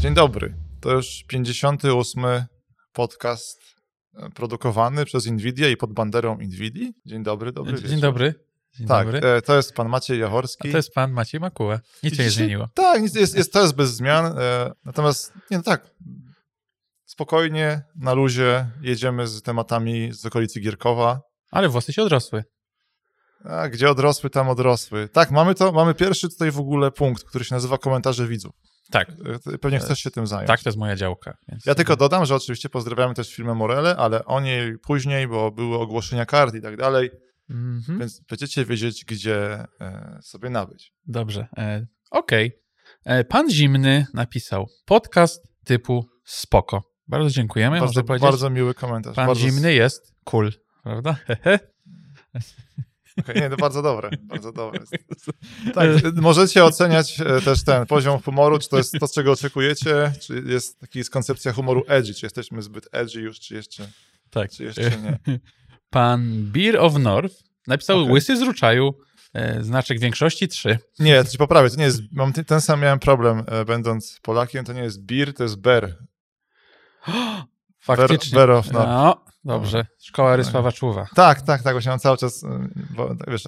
Dzień dobry. To już 58. podcast produkowany przez NVIDIA i pod banderą NVIDII. Dzień dobry, dobry wieczór. Dzień dobry. Dzień tak, dobry. To jest pan Maciej Jachorski. A to jest pan Maciej Makuła. Nic się nie zmieniło. Tak, to jest bez zmian. Natomiast, spokojnie, na luzie jedziemy z tematami z okolicy Gierkowa. Ale włosy się odrosły. A, gdzie odrosły, tam odrosły. Tak, mamy pierwszy tutaj w ogóle punkt, który się nazywa komentarze widzów. Tak. Pewnie chcesz się tym zająć. Tak, to jest moja działka. Więc... Ja tylko dodam, że oczywiście pozdrawiamy też firmę Morele, ale o niej później, bo były ogłoszenia kart i tak dalej, więc będziecie wiedzieć, gdzie sobie nabyć. Dobrze. Okej. Pan Zimny napisał podcast typu spoko. Bardzo dziękujemy. Bardzo miły komentarz. Pan Zimny jest cool, prawda? Okay, nie, to bardzo dobre, bardzo dobre. Tak, możecie oceniać też ten poziom humoru, czy to jest to, czego oczekujecie, czy jest koncepcja humoru edgy, czy jesteśmy zbyt edgy już, czy jeszcze, tak. Czy jeszcze nie. Pan Beer of North napisał łysy z ruczaju, znaczek większości 3. Nie, to ci poprawię, to nie jest, ten sam miałem problem, będąc Polakiem, to nie jest beer, to jest bear. Faktycznie. Bear of North. No, dobrze. Szkoła Rysława Czuwa. Tak, właśnie mam cały czas, wiesz,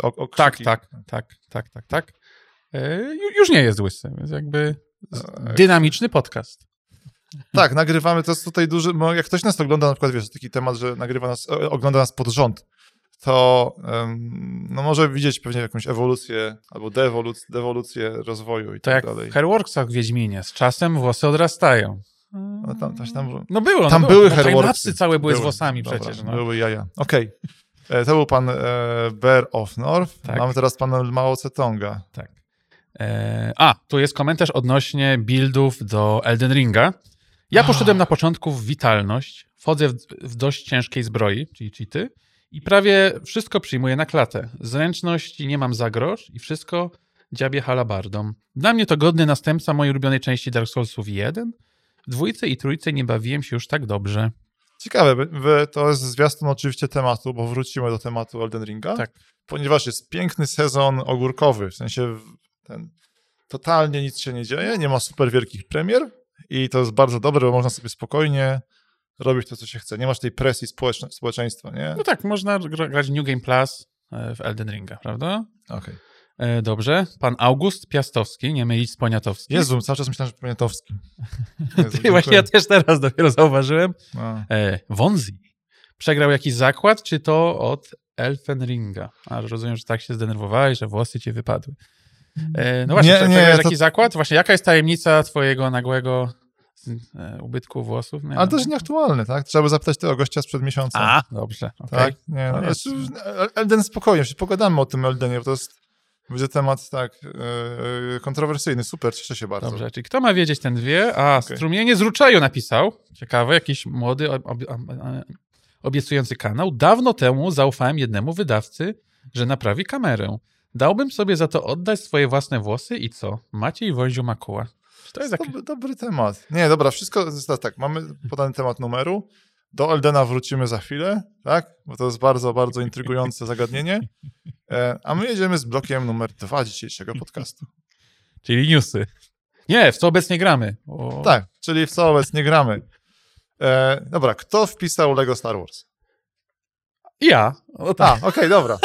Tak. Już nie jest łysy, więc jakby dynamiczny podcast. Tak, nagrywamy, to jest tutaj duży, bo jak ktoś nas ogląda, na przykład, wiesz, taki temat, że ogląda nas pod rząd, to może widzieć pewnie jakąś ewolucję albo dewolucję rozwoju i tak dalej. Jak w Hairworksach w Wiedźminie, z czasem włosy odrastają. Tam były hairworksy. Całe były z włosami przecież. No. Były jaja. Okej. To był pan Bear of North. Tak. Mamy teraz pana Mao Tse-tonga. Tak. Tu jest komentarz odnośnie buildów do Elden Ringa. Ja poszedłem na początku w witalność, wchodzę w dość ciężkiej zbroi, czyli cheaty, i prawie wszystko przyjmuję na klatę. Zręczności nie mam za grosz i wszystko dziabię halabardą. Dla mnie to godny następca mojej ulubionej części Dark Soulsów 1. W 2 i 3 nie bawiłem się już tak dobrze. Ciekawe, to jest zwiastun oczywiście tematu, bo wrócimy do tematu Elden Ringa, tak. Ponieważ jest piękny sezon ogórkowy, w sensie totalnie nic się nie dzieje, nie ma super wielkich premier i to jest bardzo dobre, bo można sobie spokojnie robić to, co się chce. Nie masz tej presji społeczeństwa, nie? No tak, można grać New Game Plus w Elden Ringa, prawda? Okej. Dobrze. Pan August Piastowski, nie mylić z Poniatowskim. Jezu, cały czas myślałem, że Poniatowski. Właśnie ja też teraz dopiero zauważyłem. Wonzi. Przegrał jakiś zakład, czy to od Elden Ringa? Rozumiem, że tak się zdenerwowałeś, że włosy ci wypadły. No właśnie, przegrałeś jakiś zakład? Właśnie, jaka jest tajemnica twojego nagłego ubytku włosów? Ale to jest nieaktualne, tak? Trzeba by zapytać tego gościa sprzed miesiąca. Dobrze. Okay. Tak? Elden spokojnie, pogadamy o tym Eldenie, bo to jest będzie temat kontrowersyjny. Super, cieszę się bardzo. Dobrze, czyli kto ma wiedzieć, ten wie. Strumienie z Ruczaju napisał. Ciekawe, jakiś młody, obiecujący kanał. Dawno temu zaufałem jednemu wydawcy, że naprawi kamerę. Dałbym sobie za to oddać swoje własne włosy i co? Maciej Woździu Makuła. To jest dobry temat. Nie, dobra, wszystko jest tak. Mamy podany temat numeru. Do Eldena wrócimy za chwilę, tak? Bo to jest bardzo, bardzo intrygujące zagadnienie. A my jedziemy z blokiem numer 2 dzisiejszego podcastu. Czyli newsy. Nie, w co obecnie gramy. Tak, czyli w co obecnie gramy. Dobra, kto wpisał Lego Star Wars? Ja. Okej, dobra.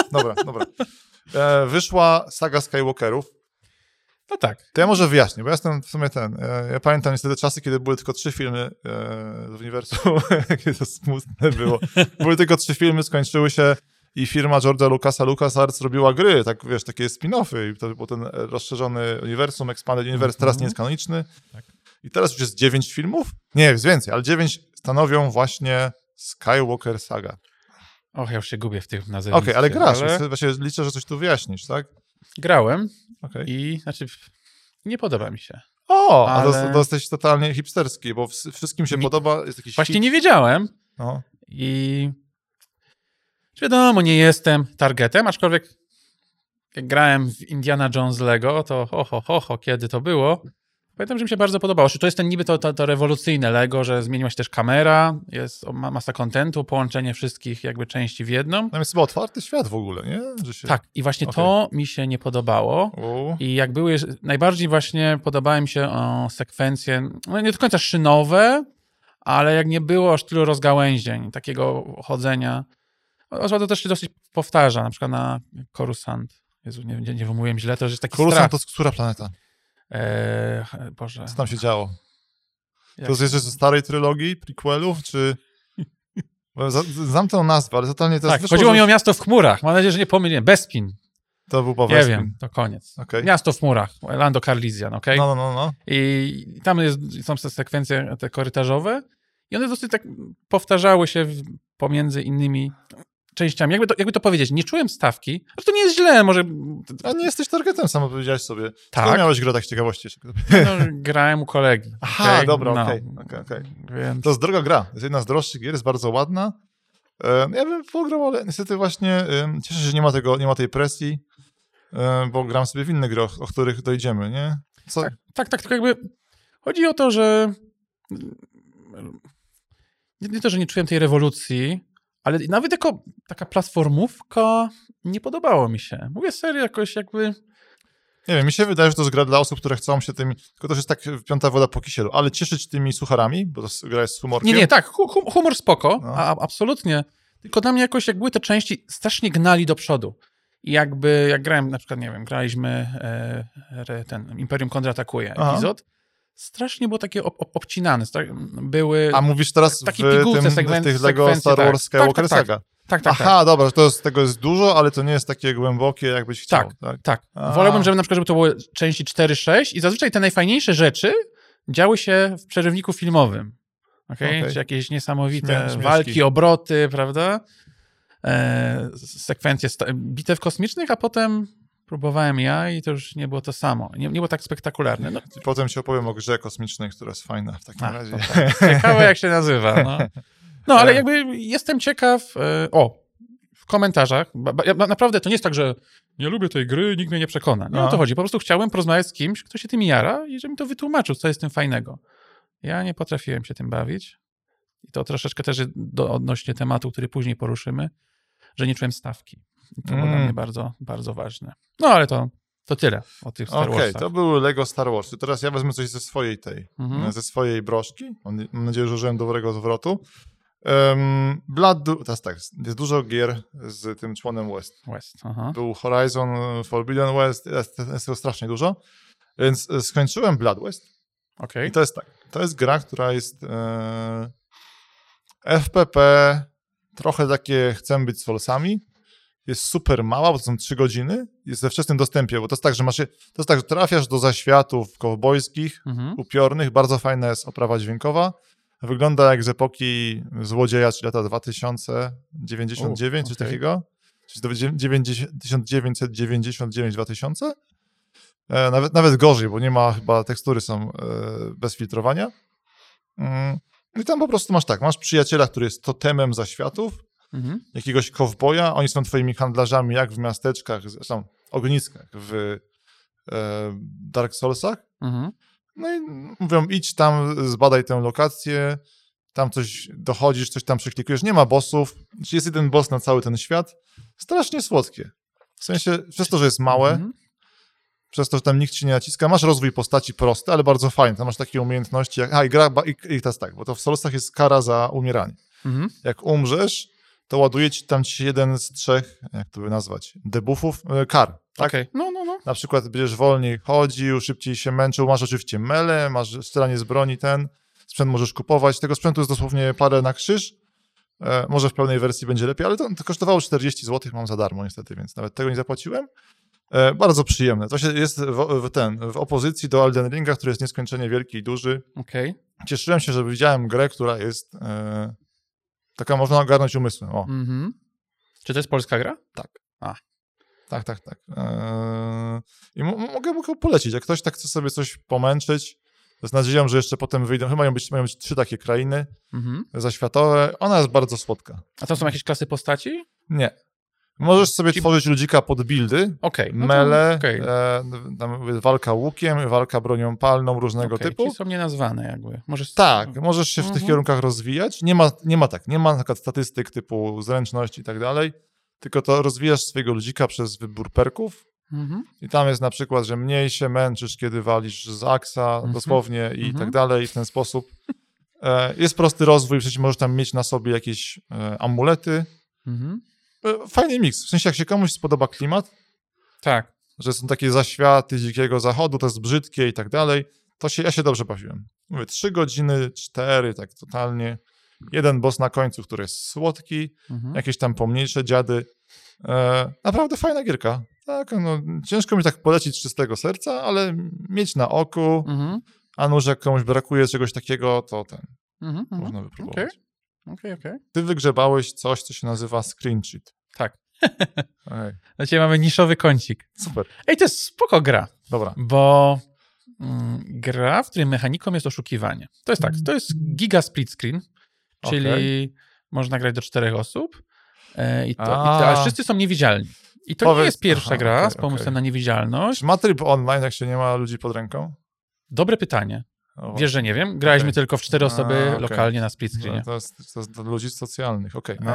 Wyszła saga Skywalkerów. No tak. To ja może wyjaśnię, bo ja jestem w sumie ja pamiętam niestety czasy, kiedy były tylko 3 filmy w uniwersum, jakie to smutne było. Były tylko 3 filmy, skończyły się i firma George'a Lucasa, LucasArts robiła gry, tak wiesz, takie spin-offy i to był ten rozszerzony uniwersum, Expanded Universe, teraz nie jest kanoniczny. Tak. I teraz już jest 9 filmów? Nie, jest więcej, ale 9 stanowią właśnie Skywalker Saga. Ja już się gubię w tych nazewnictwie. Okej, ale grasz, więc właśnie liczę, że coś tu wyjaśnisz, tak? Grałem i nie podoba mi się. To jesteś totalnie hipsterski, bo wszystkim się podoba. Jest jakiś Właśnie nie wiedziałem. I wiadomo, nie jestem targetem, aczkolwiek jak grałem w Indiana Jones Lego, to kiedy to było, Pamiętam, że mi się bardzo podobało. Czy to jest ten niby to rewolucyjne Lego, że zmieniła się też kamera, jest masa kontentu, połączenie wszystkich jakby części w jedną. Tam jest chyba otwarty świat w ogóle, nie? Że się... Tak, i właśnie to mi się nie podobało. I jak były, najbardziej właśnie podobały mi się sekwencje, no nie do końca szynowe, ale jak nie było aż tylu rozgałęzień, takiego chodzenia. To też się dosyć powtarza, na przykład na Coruscant. Jezu, nie wymówiłem źle, to jest taki Coruscant strach. to jest która planeta? Boże. Co tam się działo? Jak... To jest jeszcze ze starej trylogii, prequelów, czy... Znam tę nazwę, ale totalnie to tak, wyszło, chodziło że... mi o Miasto w chmurach. Mam nadzieję, że nie pomyliłem. Bespin. To był po Nie Bespin. wiem, to koniec. Okay. Miasto w chmurach. Lando Calrissian, okej? Okay? No. I tam są te sekwencje te korytarzowe i one dosyć tak powtarzały się pomiędzy innymi częściami. Jakby to powiedzieć, nie czułem stawki, ale to nie jest źle, może... A nie jesteś targetem, samo powiedziałeś sobie. Tak. Co miałeś grę tak z ciekawości? No, grałem u kolegi. Aha, okay? dobra, no. okej. Więc... To jest droga gra. To jest jedna z droższych gier, jest bardzo ładna. Ja bym pograł, ale niestety właśnie cieszę się, że nie ma tej presji, bo gram sobie w inne gry, o których dojdziemy, nie? Co? Tak, tylko jakby chodzi o to, że nie to, że nie czułem tej rewolucji, ale nawet jako taka platformówka nie podobało mi się. Mówię serio, jakoś jakby... Nie wiem, mi się wydaje, że to jest gra dla osób, które chcą się tymi... Tylko to jest tak piąta woda po kisielu, ale cieszyć tymi sucharami, bo to gra jest z humorkiem. Nie, tak, humor spoko, absolutnie. Tylko dla mnie jakoś, jak były te części, strasznie gnali do przodu. I jakby, jak grałem, na przykład, nie wiem, graliśmy ten Imperium kontratakuje epizod, strasznie było takie obcinane. Były... A mówisz teraz w tych Lego Star Wars Skywalker Saga? Tak. Aha, dobra, tego jest dużo, ale to nie jest takie głębokie, jakbyś chciał. Tak. Wolałbym, żeby na przykład, żeby to były części 4-6 i zazwyczaj te najfajniejsze rzeczy działy się w przerywniku filmowym. Okay? Czy jakieś niesamowite walki, obroty, prawda? Sekwencje bitew kosmicznych, a potem próbowałem ja i to już nie było to samo. Nie było tak spektakularne. No. Potem ci opowiem o grze kosmicznej, która jest fajna w takim razie. Ciekawe, jak się nazywa. No, ale jakby jestem ciekaw... w komentarzach. Naprawdę to nie jest tak, że nie lubię tej gry, nikt mnie nie przekona. Nie o to chodzi. Po prostu chciałem porozmawiać z kimś, kto się tym jara i żeby mi to wytłumaczył, co jest tym fajnego. Ja nie potrafiłem się tym bawić. I to troszeczkę też odnośnie tematu, który później poruszymy, że nie czułem stawki. I to było dla mnie bardzo, bardzo ważne. No, ale to tyle o tych Star Warsach. Okej, to były Lego Star Warsy. Teraz ja wezmę coś ze swojej broszki. Mam nadzieję, że użyłem dobrego zwrotu. Jest dużo gier z tym członem West. Był Horizon Forbidden West, jest tego strasznie dużo. Więc skończyłem Blood West. Okay. I to jest tak. To jest gra, która jest FPP, trochę takie chcę być z Soulsami. Jest super mała, bo to są 3 godziny. Jest we wczesnym dostępie, bo to jest tak, że trafiasz do zaświatów kowbojskich, upiornych. Bardzo fajna jest oprawa dźwiękowa. Wygląda jak z epoki Złodzieja, czyli lata 2099, coś takiego. Czyli 1999-2000. Nawet gorzej, bo nie ma chyba, tekstury są bez filtrowania. I tam po prostu masz przyjaciela, który jest totemem zaświatów, jakiegoś kowboja, oni są twoimi handlarzami jak w miasteczkach, zresztą ogniskach w Dark Soulsach. No i mówią, idź tam, zbadaj tę lokację, tam coś dochodzisz, coś tam przeklikujesz, nie ma bossów, jest jeden boss na cały ten świat. Strasznie słodkie. W sensie, przez to, że jest małe, przez to, że tam nikt ci nie naciska, masz rozwój postaci prosty, ale bardzo fajny. Tam masz takie umiejętności, jak... I to jest tak, bo to w Soulsach jest kara za umieranie. Jak umrzesz, to ładuje ci się jeden z 3, jak to by nazwać, debuffów, kar. Tak? Okay. No. Na przykład będziesz wolniej chodził, szybciej się męczył, masz oczywiście mele, masz strzelanie z broni, sprzęt możesz kupować. Tego sprzętu jest dosłownie parę na krzyż. Może w pełnej wersji będzie lepiej, ale to kosztowało 40 zł, mam za darmo niestety, więc nawet tego nie zapłaciłem. Bardzo przyjemne. To jest w opozycji do Elden Ringa, który jest nieskończenie wielki i duży. Okay. Cieszyłem się, że widziałem grę, która jest taka, można ogarnąć umysłem. Czy to jest polska gra? Tak. Tak. I mogę polecić. Jak ktoś tak chce sobie coś pomęczyć, z nadzieją, że jeszcze potem wyjdą, chyba mają być 3 takie krainy zaświatowe. Ona jest bardzo słodka. A to są jakieś klasy postaci? Nie. Możesz sobie tworzyć ludzika pod buildy, mele, tam walka łukiem, walka bronią palną różnego typu. Czyli są nienazwane jakby. Możesz się w tych kierunkach rozwijać. Nie ma na przykład statystyk typu zręczność i tak dalej, tylko to rozwijasz swojego ludzika przez wybór perków i tam jest na przykład, że mniej się męczysz, kiedy walisz z aksa dosłownie i tak dalej w ten sposób. Jest prosty rozwój, przecież możesz tam mieć na sobie jakieś amulety. Fajny miks. W sensie, jak się komuś spodoba klimat, tak, że są takie zaświaty dzikiego zachodu, to jest brzydkie i tak dalej, to ja się dobrze bawiłem. Mówię, 3 godziny, 4, tak totalnie. Jeden boss na końcu, który jest słodki, jakieś tam pomniejsze dziady. Naprawdę fajna gierka. Tak, no, ciężko mi tak polecić z czystego serca, ale mieć na oku, a nuż jak komuś brakuje czegoś takiego, to można wypróbować. Okej. Ty wygrzebałeś coś, co się nazywa screen cheat. Tak. Dzisiaj mamy niszowy kącik. Super. To jest spoko gra. Dobra. Bo gra, w której mechaniką jest oszukiwanie. To jest tak, to jest giga split screen, czyli można grać do 4 osób, ale wszyscy są niewidzialni. I to nie jest pierwsza gra z pomysłem na niewidzialność. Czy ma tryb online, jak się nie ma ludzi pod ręką? Dobre pytanie. Wiesz, że nie wiem. Graliśmy tylko w 4 osoby lokalnie na split screenie. No, to jest dla ludzi socjalnych,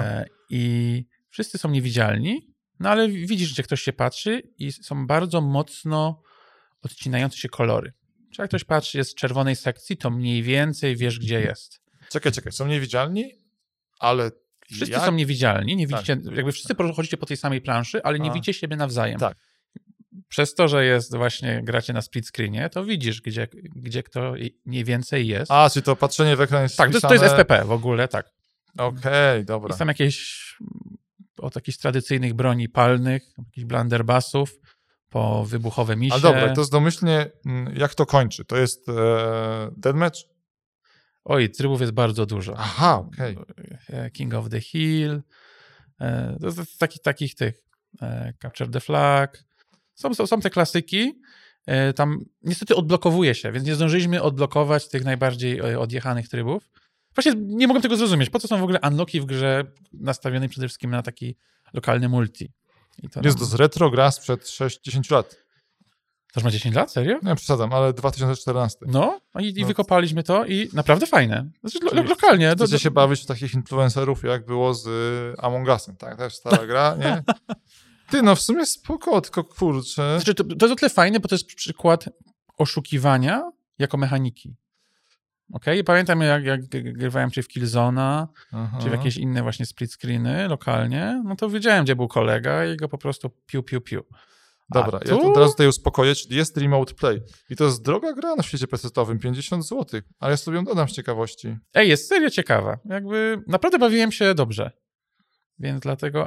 I wszyscy są niewidzialni, no ale widzisz, gdzie ktoś się patrzy i są bardzo mocno odcinające się kolory. Czy jak ktoś patrzy, jest w czerwonej sekcji, to mniej więcej wiesz, gdzie jest. Czekaj, są niewidzialni, ale wszyscy są niewidzialni, nie widzicie, jakby wszyscy chodzicie po tej samej planszy, ale nie widzicie siebie nawzajem. Tak. Przez to, że jest właśnie, gracie na split screenie, to widzisz, gdzie kto mniej więcej jest. Czyli to patrzenie w ekran jest wpisane... to jest SPP w ogóle, tak. Okej, dobra. Jest tam jakieś od jakichś tradycyjnych broni palnych, jakichś blunderbusów, po wybuchowe misie. Ale dobra, to jest domyślnie, jak to kończy? To jest deathmatch? Oj, trybów jest bardzo dużo. Okej. King of the Hill, to jest takich tych, Capture the Flag. Są te klasyki. Tam niestety odblokowuje się, więc nie zdążyliśmy odblokować tych najbardziej odjechanych trybów. Właśnie nie mogłem tego zrozumieć. Po co są w ogóle unlocki w grze nastawionej przede wszystkim na taki lokalny multi? To jest retro gra sprzed 6-10 lat. To już ma 10 lat? Serio? Nie przesadzam, ale 2014. No, i wykopaliśmy to i naprawdę fajne. Znaczy, lokalnie. Chcecie się bawić w takich influencerów, jak było z Among Usem, tak? Też stara gra, nie? Ty, w sumie spoko, tylko kurczę. Znaczy, to jest o tyle fajne, bo to jest przykład oszukiwania jako mechaniki. Okej? Pamiętam, jak grywałem czy w Killzone'a, czy w jakieś inne właśnie split screeny lokalnie, no to wiedziałem, gdzie był kolega i go po prostu piu. Dobra, ja tu od razu tutaj uspokoję, czyli jest remote play. I to jest droga gra na świecie PC-owym, 50 zł, ale ja sobie ją dodam z ciekawości. Jest serio ciekawa. Jakby naprawdę bawiłem się dobrze. Więc dlatego,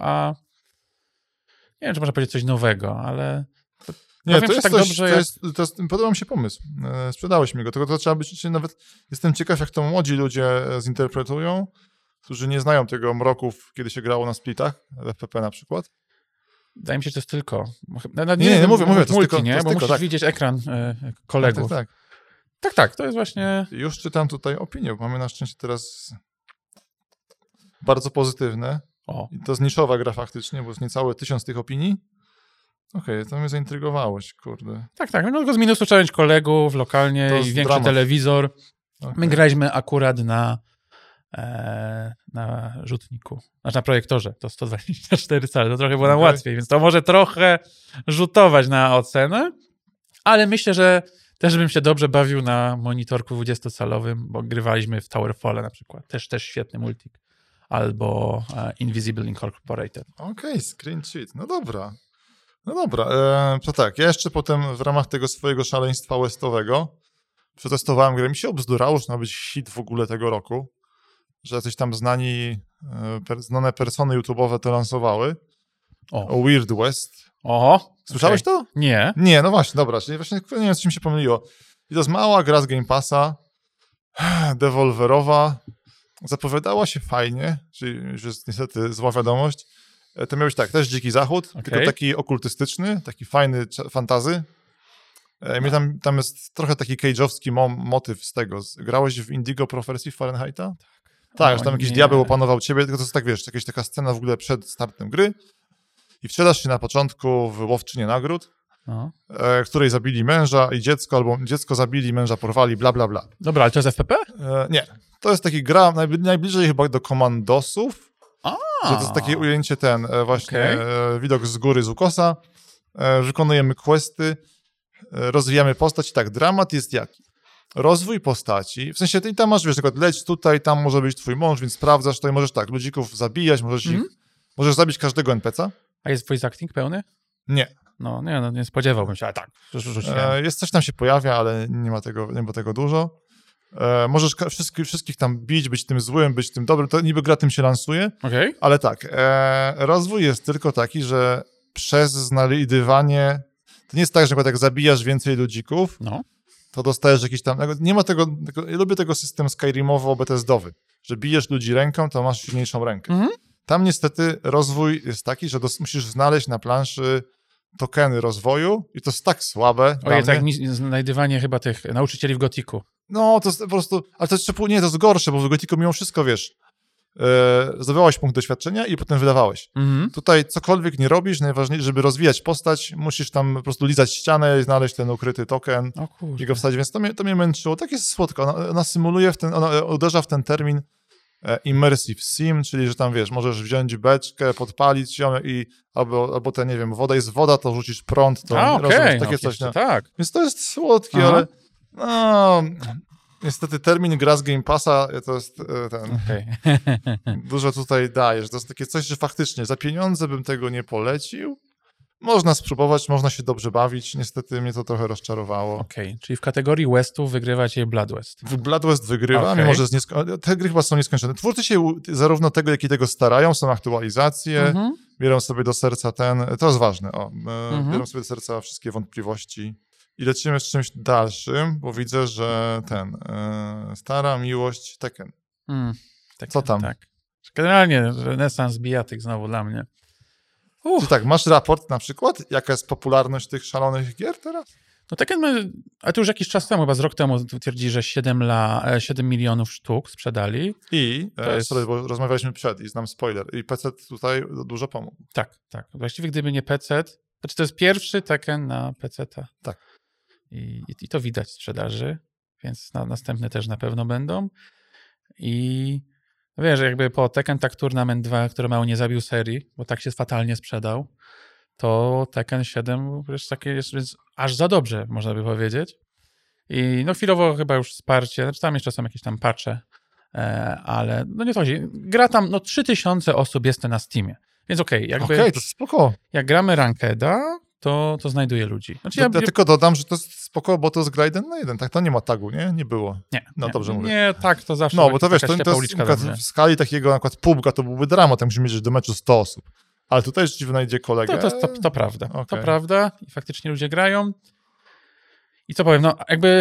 nie wiem, czy można powiedzieć coś nowego, ale... Nie, to jest tak coś, dobrze, podoba mi się pomysł. Sprzedałeś mi go, tylko to trzeba być, nawet jestem ciekaw, jak to młodzi ludzie zinterpretują, którzy nie znają tego mroków, kiedy się grało na splitach, w FPP na przykład. Wydaje mi się, że to jest tylko... Nie, mówię, to jest multi, tylko, nie? Bo musisz widzieć ekran kolegów. Tak, to jest właśnie... Już czytam tutaj opinie, bo mamy na szczęście teraz bardzo pozytywne. I to jest niszowa gra faktycznie, bo jest niecałe 1000 tych opinii. Okej, to mnie zaintrygowałeś, kurde. Tak, no tylko z minusu challenge kolegów lokalnie i większy dramat. Telewizor. My graliśmy akurat na rzutniku, znaczy na projektorze, to 124 cale, to trochę było nam łatwiej, więc to może trochę rzutować na ocenę, ale myślę, że też bym się dobrze bawił na monitorku 20-calowym, bo grywaliśmy w Towerfall na przykład, też świetny multik, albo Invisible Incorporated. Screen cheat, no dobra. To tak, ja jeszcze potem w ramach tego swojego szaleństwa westowego przetestowałem grę, mi się obzdurało, że ma być hit w ogóle tego roku, że jacyś tam znane persony YouTube'owe to lansowały. Weird West. Słyszałeś to? Nie. Nie, no właśnie, dobra, czyli właśnie nie wiem, co mi się pomyliło. I to jest mała gra z Game Passa, devolverowa, zapowiadała się fajnie, czyli już jest niestety zła wiadomość. To miał być tak, też Dziki Zachód, tylko taki okultystyczny, taki fajny fantazy. Tam jest trochę taki cage'owski motyw z tego. Grałeś w Indigo Prophecy Fahrenheita? Tak, że tam jakiś diabeł opanował ciebie, tylko to jest tak, wiesz, jakaś taka scena w ogóle przed startem gry. i wcielasz się na początku w łowczynię nagród, No. której zabili męża i dziecko, albo dziecko zabili, męża porwali, bla, bla, bla. Dobra, ale to jest FPP? Nie. To jest taki gra najbliżej chyba do komandosów, że to jest takie ujęcie właśnie widok z góry, z ukosa, wykonujemy questy, rozwijamy postać i tak, dramat jest jaki? Rozwój postaci, w sensie ty tam masz, wiesz, na przykład leć tutaj, tam może być twój mąż, więc sprawdzasz to i możesz tak, ludzików zabijać, możesz zabić każdego NPC-a. A jest voice acting pełny? Nie. No, nie spodziewałbym się, ale tak, rzuciłem. Jest coś tam się pojawia, ale nie ma tego dużo. Możesz wszystkich tam bić, być tym złym, być tym dobrym, to niby gra tym się lansuje, ale tak, rozwój jest tylko taki, że przez znajdywanie, to nie jest tak, że jak zabijasz więcej ludzików, to dostajesz jakiś tam, nie ma tego, ja lubię tego system skyrimowo-Bethesdowy, że bijesz ludzi ręką, to masz silniejszą rękę. Tam niestety rozwój jest taki, że musisz znaleźć na planszy tokeny rozwoju i to jest tak słabe. Ojej, tak znajdywanie chyba tych nauczycieli w Gotiku. No, to jest po prostu, ale to jest gorsze, bo w Gotiku mimo wszystko, wiesz, zdobywałeś punkt doświadczenia i potem wydawałeś. Tutaj cokolwiek nie robisz, najważniejsze, żeby rozwijać postać, musisz tam po prostu lizać ścianę i znaleźć ten ukryty token i go wsadzić, więc to mnie męczyło. Tak jest słodko, ona symuluje, ona uderza w ten termin immersive sim, czyli że tam, wiesz, możesz wziąć beczkę, podpalić ją i albo nie wiem, woda, to rzucisz prąd, to takie coś. Tak. Więc to jest słodkie, ale no, niestety termin gra z Game Passa to jest dużo tutaj daje, że to jest takie coś, że faktycznie za pieniądze bym tego nie polecił. Można spróbować, można się dobrze bawić. Niestety mnie to trochę rozczarowało. Czyli w kategorii Westów wygrywa cię Blood West. Blood West wygrywa, mimo że te gry chyba są nieskończone. Twórcy się zarówno tego, jak i tego starają, są aktualizacje, biorą sobie do serca to jest ważne, biorą sobie do serca wszystkie wątpliwości. I lecimy z czymś dalszym, bo widzę, że Stara Miłość Tekken. Co tam? Tak. Generalnie renesans bijatyk znowu dla mnie. Czy tak, masz raport na przykład? Jaka jest popularność tych szalonych gier teraz? No Tekken, a to już jakiś czas temu, chyba z rok temu twierdzi, że 7 milionów sztuk sprzedali. Sorry, bo rozmawialiśmy przed i znam spoiler. I PC tutaj dużo pomógł. Tak. Właściwie gdyby nie PC, to jest pierwszy Tekken na PC-ta. Tak. I to widać w sprzedaży, więc następne też na pewno będą. I wiesz, że jakby po Tekken Tag Tournament 2, który mało nie zabił serii, bo tak się fatalnie sprzedał, to Tekken 7 już takie jest aż za dobrze, można by powiedzieć. I chwilowo chyba już wsparcie, znaczy tam jeszcze są jakieś tam patche, ale nie to chodzi. Gra tam, 3000 osób jest na Steamie, więc okej, to spoko. Jak gramy Rankeda, to znajduje ludzi. Znaczy ja tylko dodam, że to jest spoko, bo to jest gra 1 na 1, tak? To nie ma tagu, nie? Nie było. Nie. Dobrze mówię. Nie, tak, to zawsze. Bo to wiesz, to jest w skali takiego na przykład PUBG to byłby dramat, tam musimy mieć do meczu 100 osób. Ale tutaj ci wynajdzie kolegę. To prawda. To prawda i faktycznie ludzie grają. I co powiem,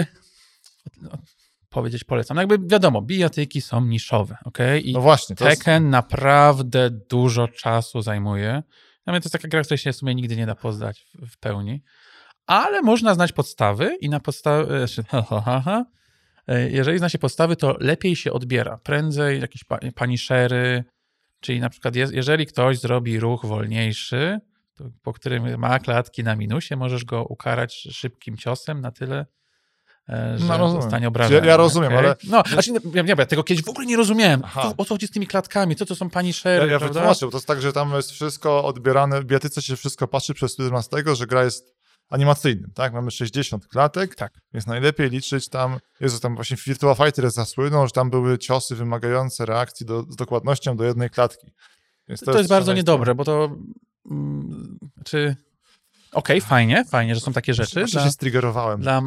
powiedzieć polecam. Jakby wiadomo, bijatyki są niszowe, I właśnie. Tekken naprawdę dużo czasu zajmuje. Nawet to jest taka gra, której się w sumie nigdy nie da poznać w pełni. Ale można znać podstawy i na podstawie... Jeżeli zna się podstawy, to lepiej się odbiera. Prędzej jakieś punishery, czyli na przykład jeżeli ktoś zrobi ruch wolniejszy, po którym ma klatki na minusie, możesz go ukarać szybkim ciosem na tyle, że zostanie obrażony. Ja rozumiem, ale... Ja tego kiedyś w ogóle nie rozumiałem. O co chodzi z tymi klatkami? Co to są punishery? Ja wytłumaczę, bo to jest tak, że tam jest wszystko odbierane, w bijatyce się wszystko patrzy przez pryzmat tego, że gra jest animacyjnym, tak? Mamy 60 klatek, więc najlepiej liczyć tam, tam właśnie Virtua Fighter zasłynął, że tam były ciosy wymagające reakcji z dokładnością do jednej klatki. Więc to jest bardzo niedobre, bo to... fajnie, że są takie rzeczy. Się striggerowałem. Dla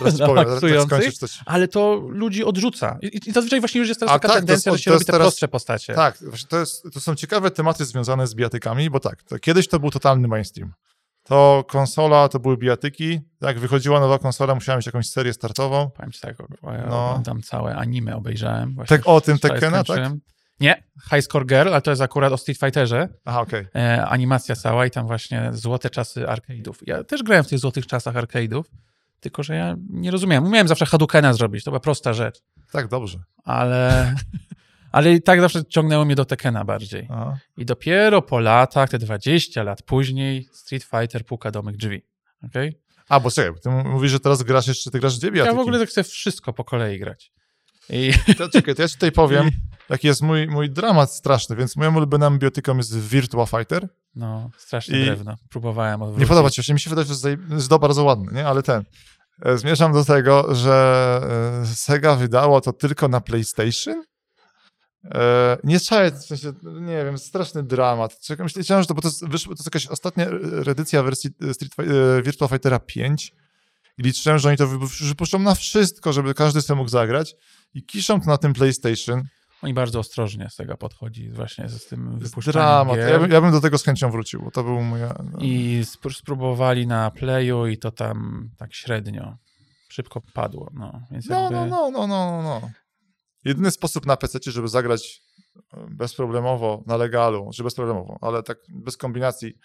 ale to ludzi odrzuca. I zazwyczaj właśnie już jest teraz taka tendencja, że się robi te prostsze postacie. Tak, właśnie to są ciekawe tematy związane z bijatykami, bo kiedyś to był totalny mainstream. To konsola, to były bijatyki. Jak wychodziła nowa konsola, musiałem mieć jakąś serię startową. Powiem ci tak, oglądam całe anime, obejrzałem. O tym Tekkena, tak? Nie, High Score Girl, ale to jest akurat o Street Fighterze. Animacja cała i tam właśnie złote czasy arcade'ów. Ja też grałem w tych złotych czasach arcade'ów, tylko że ja nie rozumiałem. Umiałem zawsze Hadoukena zrobić, to była prosta rzecz. Tak, dobrze. Ale i tak zawsze ciągnęło mnie do Tekkena bardziej. Aha. I dopiero po latach, te 20 lat później, Street Fighter puka do mych drzwi. Okay? A, bo czekaj, ty mówisz, że teraz ty grasz w dwie bijatyki. Ja w ogóle tak chcę wszystko po kolei grać. Czekaj, to ja ci tutaj powiem, jaki jest mój dramat straszny, więc moją ulubioną biotyką jest Virtua Fighter. No, strasznie drewno. Próbowałem odwrócić. Nie podoba ci się, mi się wydaje, że jest bardzo ładny, nie? Ale zmierzam do tego, że Sega wydało to tylko na PlayStation. Nie czaję, w sensie, nie wiem, straszny dramat. Myślałem, że to jest jakaś ostatnia reedycja wersji Virtua Fightera 5 i liczyłem, że oni to wypuszczą na wszystko, żeby każdy sobie mógł zagrać i kiszą to na tym PlayStation. Oni bardzo ostrożnie z tego podchodzi właśnie z tym wypuszczaniem dramat. gier. Ja bym do tego z chęcią wrócił, bo to był moja... I spróbowali na Playu i to tam tak średnio. Szybko padło. No, więc No. Jedyny sposób na PC, żeby zagrać bezproblemowo na legalu, czy bezproblemowo, ale tak bez kombinacji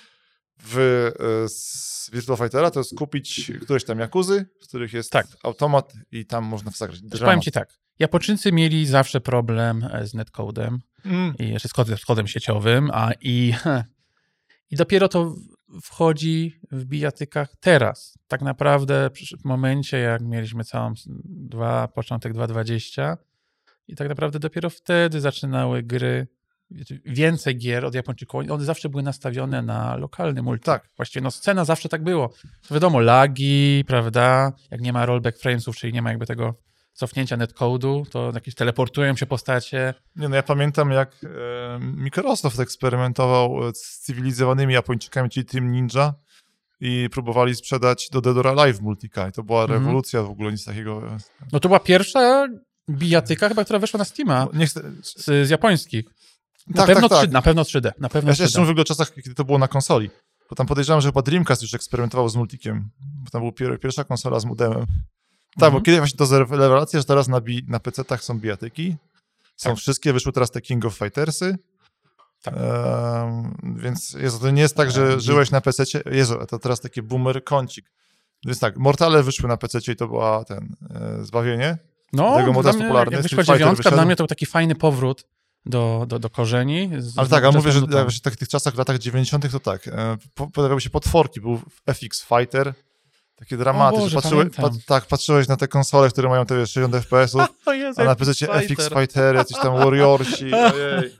z Virtua Fightera, to jest kupić któreś tam Yakuzy, w których jest automat i tam można zagrać. Powiem ci tak, Japończycy mieli zawsze problem z netcodem i jeszcze z kodem sieciowym, i dopiero to wchodzi w bijatykach teraz. Tak naprawdę w momencie, jak mieliśmy początek 2.20 i tak naprawdę dopiero wtedy zaczynały gry, więcej gier od Japończyków. One zawsze były nastawione na lokalny multi. Tak. Właściwie scena zawsze tak było. To wiadomo, lagi, prawda, jak nie ma rollback framesów, czyli nie ma jakby tego cofnięcia netcode'u, to jakieś teleportują się postacie. Nie, no ja pamiętam, jak Microsoft eksperymentował z cywilizowanymi Japończykami, czyli Team Ninja, i próbowali sprzedać do Dead or Alive multika. I to była rewolucja w ogóle, nic takiego. No to była pierwsza bijatyka chyba, która weszła na Steama z japońskich. Na pewno 3D. Ja jeszcze mówię o czasach, kiedy to było na konsoli. Bo tam podejrzewam, że chyba Dreamcast już eksperymentował z multikiem. Bo tam była pierwsza konsola z modemem. Tak, bo kiedyś właśnie to jest rewelacja, że teraz na PC-tach są bijatyki. Są wszystkie, wyszły teraz te King of Fightersy. Tak. Więc Jezu, to nie jest tak, że żyłeś na PC-cie. Jezu, to teraz taki boomer kącik. Więc tak, Mortale wyszły na PC-cie i to była Zbawienie. No, tego moda jest popularny. Jak wyszła 9, dla mnie to był taki fajny powrót do korzeni. Ale tak, ale mówię, że w tych czasach, w latach 90. to tak, pojawiały się potworki, był FX Fighter, takie dramaty, Boże, że patrzyłeś na te konsole, które mają te 60 FPS-ów, a na PC FX Fighter, jacyś tam Warriorsi, ojej.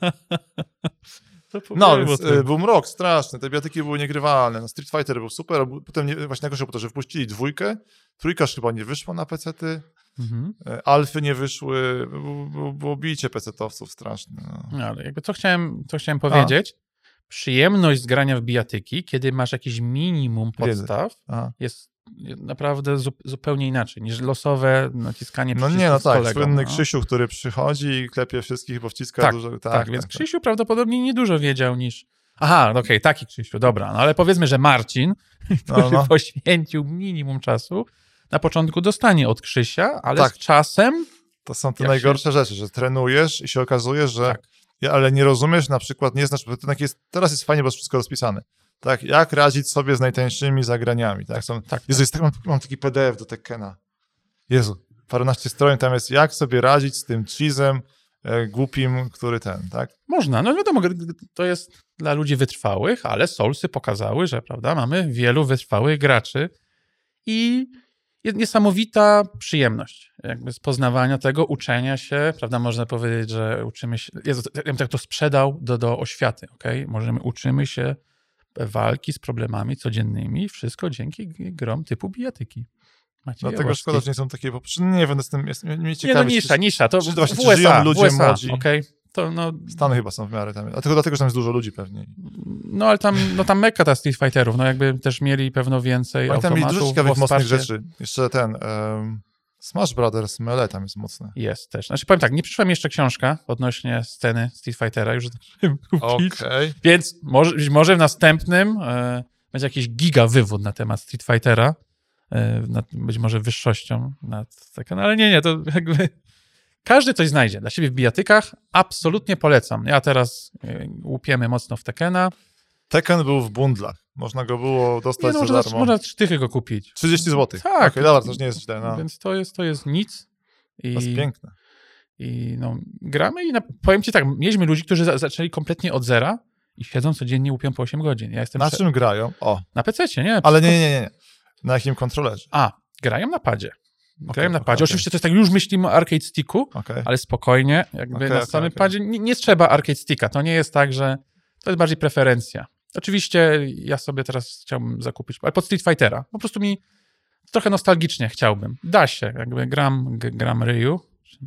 No, więc był mrok straszny, te bijatyki były niegrywalne, no, Street Fighter był super, potem właśnie najgorsze było to, że wpuścili 2, 3 chyba nie wyszło na PC-ty, Alfy nie wyszły, było bicie PC-towców straszne. No. Ale jakby co chciałem powiedzieć, przyjemność z grania w bijatyki, kiedy masz jakieś minimum podstaw, jest naprawdę zupełnie inaczej niż losowe naciskanie przycisków. No tak, kolegą, słynny Krzysiu, który przychodzi i klepie wszystkich, bo wciska dużo. Tak, więc Krzysiu prawdopodobnie niedużo wiedział niż... Aha, okej, taki Krzysiu, dobra, no ale powiedzmy, że Marcin, który poświęcił minimum czasu, na początku dostanie od Krzysia, ale z czasem... To są te najgorsze rzeczy, że trenujesz i się okazuje, że... Ale nie rozumiesz, na przykład nie znasz... Teraz jest fajnie, bo jest wszystko rozpisane. Tak, jak radzić sobie z najtańszymi zagraniami. Tak? Jezu, mam taki PDF do Tekkena. Jezu, paręnaście stron, tam jest jak sobie radzić z tym cheese'em głupim, który tak? Można, no wiadomo, to jest dla ludzi wytrwałych, ale Soulsy pokazały, że prawda, mamy wielu wytrwałych graczy i jest niesamowita przyjemność jakby z poznawania tego, uczenia się, prawda, można powiedzieć, że uczymy się, Jezu, ja bym tak to sprzedał do oświaty, okej? Uczymy się walki z problemami codziennymi, wszystko dzięki grom typu bijatyki. Dlatego szkoda, że nie są takie, bo nie wiem, jest mnie ciekawe. Nisza, to czy żyją ludzie młodzi. To, Stany chyba są w miarę tam, a tylko dlatego, że tam jest dużo ludzi pewnie. No ale tam mekka ta Street Fighterów, jakby też mieli pewno więcej automatów. Tam jest dużo ciekawych, mocnych rzeczy. Jeszcze Smash Brothers Melee tam jest mocne. Jest też. Znaczy powiem tak, nie przyszła mi jeszcze książka odnośnie sceny Street Fightera, już zacząłem kupić. Więc może w następnym będzie jakiś giga wywód na temat Street Fightera, być może wyższością nad Tekken, ale nie, to jakby każdy coś znajdzie dla siebie w bijatykach, absolutnie polecam. Ja teraz łupiemy mocno w Tekkena. Tekken był w bundlach. Można go było dostać za darmo. Można 3 dychy go kupić. 30 zł. Tak. Dobra, to już nie jest źle. Więc to jest nic. To jest piękne. I no, gramy i powiem ci tak, mieliśmy ludzi, którzy zaczęli kompletnie od zera i siedzą codziennie, łupią po 8 godzin. Ja jestem Na czym grają? O. Na PC-cie, nie? Ale nie. Na jakim kontrolerze? Grają na padzie. Grają na padzie. Okay. Oczywiście to jest tak, już myślimy o arcade sticku, ale spokojnie, na samym padzie nie trzeba arcade sticka. To nie jest tak, że to jest bardziej preferencja. Oczywiście ja sobie teraz chciałbym zakupić, ale pod Street Fightera. Po prostu mi trochę nostalgicznie chciałbym. Da się, gram Ryu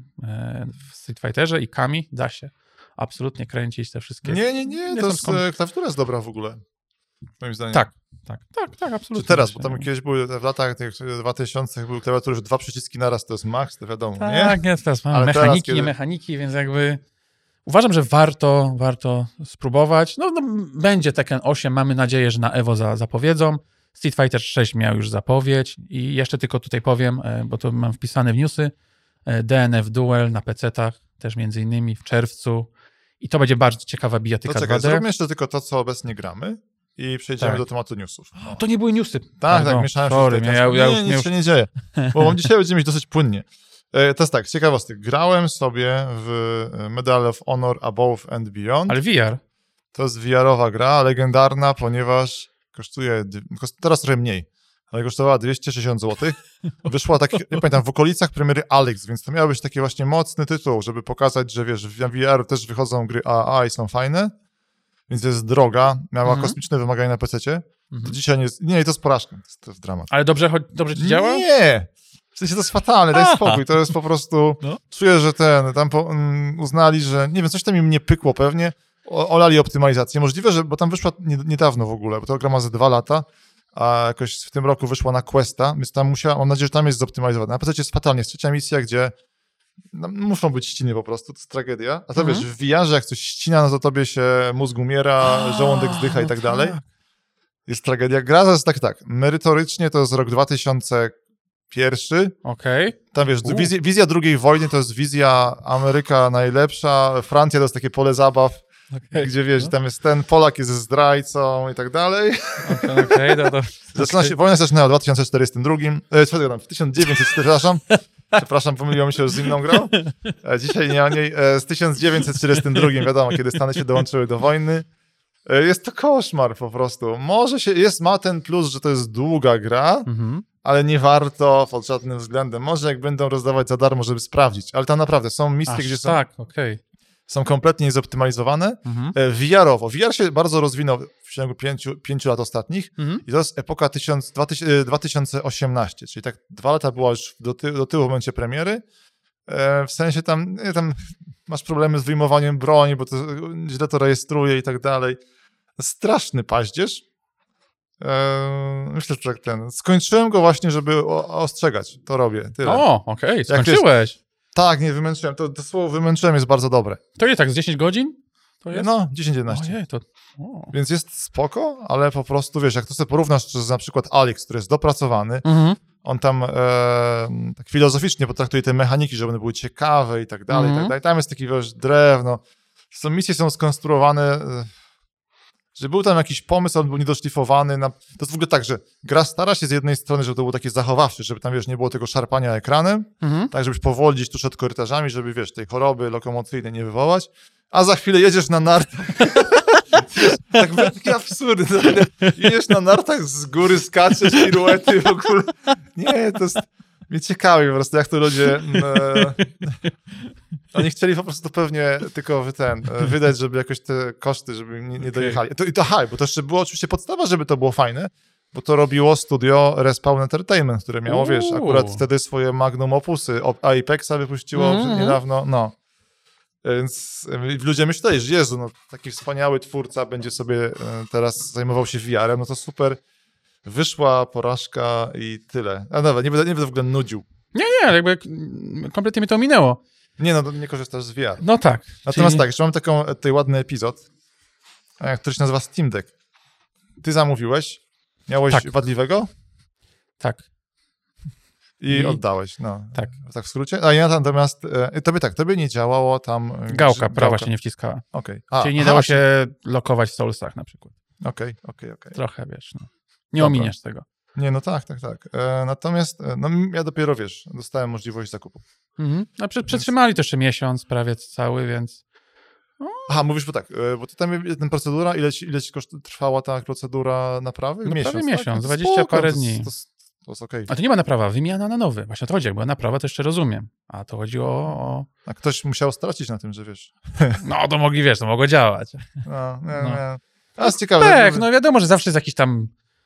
w Street Fighterze i Kami, da się absolutnie kręcić te wszystkie... Nie, to jest, klawiatura jest dobra w ogóle, moim zdaniem. Tak, absolutnie. Czy teraz, bo tam kiedyś były w latach tych 2000 były klawiatury, że 2 przyciski naraz to jest max, to wiadomo, nie? Tak, nie, teraz mamy mechaniki, nie mechaniki, więc jakby uważam, że warto spróbować. No, będzie Tekken 8, mamy nadzieję, że na Evo zapowiedzą. Street Fighter 6 miał już zapowiedź i jeszcze tylko tutaj powiem, bo to mam wpisane w newsy, DNF Duel na PC-tach, też między innymi w czerwcu i to będzie bardzo ciekawa bijatyka 2D. Zróbmy jeszcze tylko to, co obecnie gramy i przejdziemy do tematu newsów. No. To nie były newsy. Tak, mieszałem się. Nic się nie dzieje, bo dzisiaj będziemy mieć dosyć płynnie. To jest tak, ciekawostek. Grałem sobie w Medal of Honor Above and Beyond. Ale VR. To jest VR-owa gra, legendarna, ponieważ kosztuje teraz trochę mniej, ale kosztowała 260 zł. Wyszła tak, nie pamiętam, w okolicach premiery Alex, więc to miał być taki właśnie mocny tytuł, żeby pokazać, że wiesz, w VR też wychodzą gry AAA i są fajne, więc jest droga, miała kosmiczne wymagania na PC-cie. To dzisiaj nie, to jest porażka, to jest dramat. Ale dobrze ci działa? Nie! W sensie to jest fatalne, daj spokój, to jest po prostu, czuję, że tam uznali, że, nie wiem, coś tam im nie pykło pewnie, olali optymalizację. Możliwe, że, bo tam wyszła niedawno w ogóle, bo to gra ma ze 2 lata, a jakoś w tym roku wyszła na Questa, więc tam mam nadzieję, że tam jest zoptymalizowana. Na PC jest fatalnie, jest trzecia misja, gdzie muszą być ściny po prostu, to jest tragedia. A to wiesz, w VR-ze jak coś ścina, no to tobie się mózg umiera, żołądek zdycha i tak dalej. Jest tragedia. Gra to jest tak, merytorycznie to jest rok 2001. Okej. Tam wiesz, wizja II wojny to jest wizja Ameryka najlepsza, Francja to jest takie pole zabaw, gdzie wiesz, tam jest ten Polak jest zdrajcą i tak dalej. Wojna zaczynała w 2042, w 1900, przepraszam, pomyliło mi się już z inną grą. Dzisiaj nie o niej, z 1942, wiadomo, kiedy Stany się dołączyły do wojny. Jest to koszmar po prostu. Może ma ten plus, że to jest długa gra, ale nie warto pod żadnym względem. Może jak będą rozdawać za darmo, żeby sprawdzić, ale tam naprawdę są misje, gdzie są kompletnie niezoptymalizowane. VR-owo. VR się bardzo rozwinął w ciągu 5 lat ostatnich i to jest epoka 2018, czyli tak 2 lata była już do tyłu w momencie premiery. W sensie tam masz problemy z wyjmowaniem broni, bo to źle to rejestruje i tak dalej. Straszny paździerz. Myślę, że skończyłem go właśnie, żeby ostrzegać. To robię. Tyle. Skończyłeś. Tak, nie wymęczyłem. To słowo wymęczyłem jest bardzo dobre. To nie tak, z 10 godzin? To jest? No, 10-11. Ojej, Więc jest spoko, ale po prostu, wiesz, jak to sobie porównasz z na przykład Alex, który jest dopracowany, on tam tak filozoficznie potraktuje te mechaniki, żeby one były ciekawe i tak dalej, i tak dalej. Tam jest taki, wiesz, drewno. Misje są skonstruowane, że był tam jakiś pomysł, on był niedoszlifowany. To jest w ogóle tak, że gra stara się z jednej strony, żeby to było takie zachowawcze, żeby tam, wiesz, nie było tego szarpania ekranem, tak, żebyś powoli gdzieś tu szedł korytarzami, żeby, wiesz, tej choroby lokomocyjnej nie wywołać, a za chwilę jedziesz na nartach. Taki absurd. Jedziesz na nartach, z góry skaczesz, piruety w ogóle. Nie, to jest mnie ciekawi po prostu, jak to ludzie... Oni chcieli po prostu pewnie tylko wydać, żeby jakoś te koszty, żeby nie dojechali. Bo to jeszcze było oczywiście podstawa, żeby to było fajne, bo to robiło studio Respawn Entertainment, które miało, wiesz, akurat wtedy swoje magnum opusy. Apexa wypuściło niedawno, no. Więc ludzie myśleli, że Jezu, no, taki wspaniały twórca będzie sobie teraz zajmował się VR-em, no to super. Wyszła porażka i tyle. A dobra, nie będę w ogóle nudził. Nie, jakby kompletnie mi to minęło. Nie, no nie korzystasz z VR. No tak. Natomiast tak, jeszcze mam taki ładny epizod, który się nazywa Steam Deck. Ty zamówiłeś, miałeś wadliwego? Tak. I oddałeś, no. Tak. Tak w skrócie? A ja natomiast, tobie nie działało tam... Gałka prawa się nie wciskała. Okej. Czyli nie dało się lokować w Soulsach na przykład. Okej. Trochę, wiesz, no. Nie ominiesz tego. Nie, no tak. Natomiast no, ja dopiero, dostałem możliwość zakupu. A przetrzymali to jeszcze miesiąc, prawie cały, więc... Aha, mówisz, bo to tam ten procedura, ile ci trwała ta procedura naprawy? No prawie miesiąc, tak? 20 parę dni. To jest okej. A to nie ma naprawa, wymiana na nowy. Właśnie to chodzi, jak była naprawa, to jeszcze rozumiem. A to chodzi o... A ktoś musiał stracić na tym, że wiesz. No, to mogli, to mogło działać. Nie. A jest ciekawe. Tak, no wiadomo, że zawsze jest jakiś tam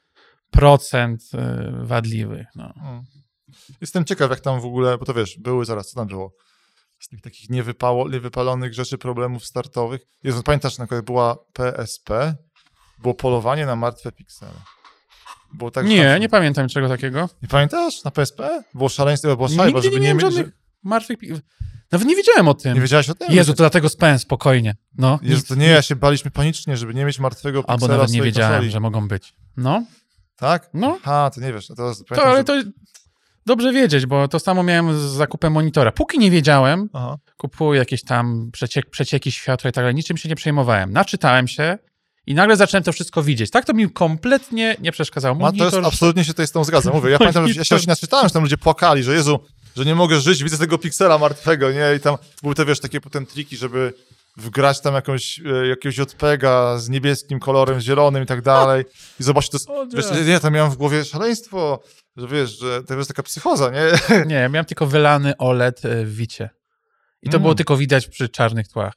procent wadliwy. No. Jestem ciekaw, jak tam w ogóle, bo to były zaraz, co tam było? Z tych takich niewypalonych rzeczy, problemów startowych. Jezu, pamiętasz, na przykład była PSP, było polowanie na martwe piksele. Było tak, Nie pamiętam czego takiego. Nie pamiętasz? Na PSP? Było szaleństwo, było szaleństwo, Nigdy nie miałem żadnych martwych Nawet nie wiedziałem o tym. Nie wiedziałeś o tym? Jezu, to dlatego spałem spokojnie. No, Jezu, to nie, ja się baliśmy panicznie, żeby nie mieć martwego piksela. Albo nawet nie wiedziałem, konsoli. że mogą być. No. Tak? No. Aha, to nie wiesz. To dobrze wiedzieć, bo to samo miałem z zakupem monitora. Póki nie wiedziałem, kupuję jakieś tam przecieki światła i tak dalej, niczym się nie przejmowałem. Naczytałem się i nagle zacząłem to wszystko widzieć. Tak to mi kompletnie nie przeszkadzało. Monitor... To jest, absolutnie się tutaj z tą zgadzam. Mówię, ja pamiętam, że ja się naczytałem, że tam ludzie płakali, że Jezu, że nie mogę żyć, widzę tego piksela martwego, nie? I tam były te, takie potem triki, żeby wgrać tam jakiegoś JPEGa z niebieskim kolorem, z zielonym i tak dalej. I zobaczyć, to jest, nie, tam miałem w głowie szaleństwo, że wiesz, że to jest taka psychoza, nie? Nie, ja miałem tylko wylany OLED w Wicie. I to było tylko widać przy czarnych tłach.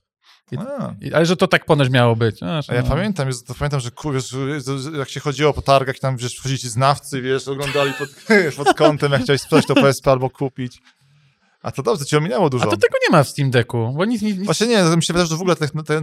Ale że to tak ponoć miało być. A ja pamiętam, że jak się chodziło po targach, tam wchodzili ci znawcy, oglądali pod kątem, jak chciałeś sprzedać to PSP albo kupić. A to dobrze, ci ominęło dużo. A to tego nie ma w Steam Decku, bo nic... Właśnie nie, to mi się wydaje, że w ogóle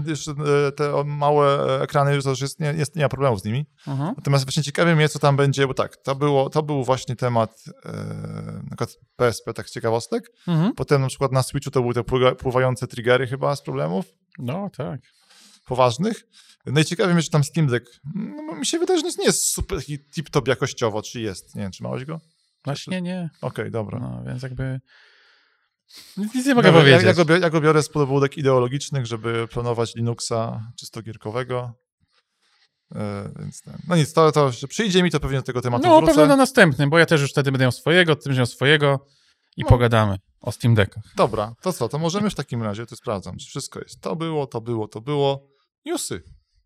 te małe ekrany, to już nie ma problemów z nimi. Natomiast właśnie ciekawie mnie, co tam będzie, bo tak, to był właśnie temat na przykład PSP, tak z ciekawostek. Potem na przykład na Switchu to były te pływające triggery chyba z problemów. No tak. Poważnych. No i ciekawie mnie, czy tam Steam Deck, mi się wydaje, że nie jest super tip-top jakościowo, czy jest? Nie wiem, trzymałeś go? Właśnie nie. Okej, dobra. No, więc jakby... Nic nie mogę powiedzieć. Ja go biorę z pobudek ideologicznych, żeby planować Linuxa czystogierkowego. Więc no nic, to przyjdzie mi, to pewnie do tego tematu wrócę. Pewnie na następnym, bo ja też już wtedy będę miał swojego, ty będziesz miał swojego i pogadamy o Steam Deckach. Dobra, to co, to możemy w takim razie, to sprawdzam, czy wszystko jest. To było. Newsy.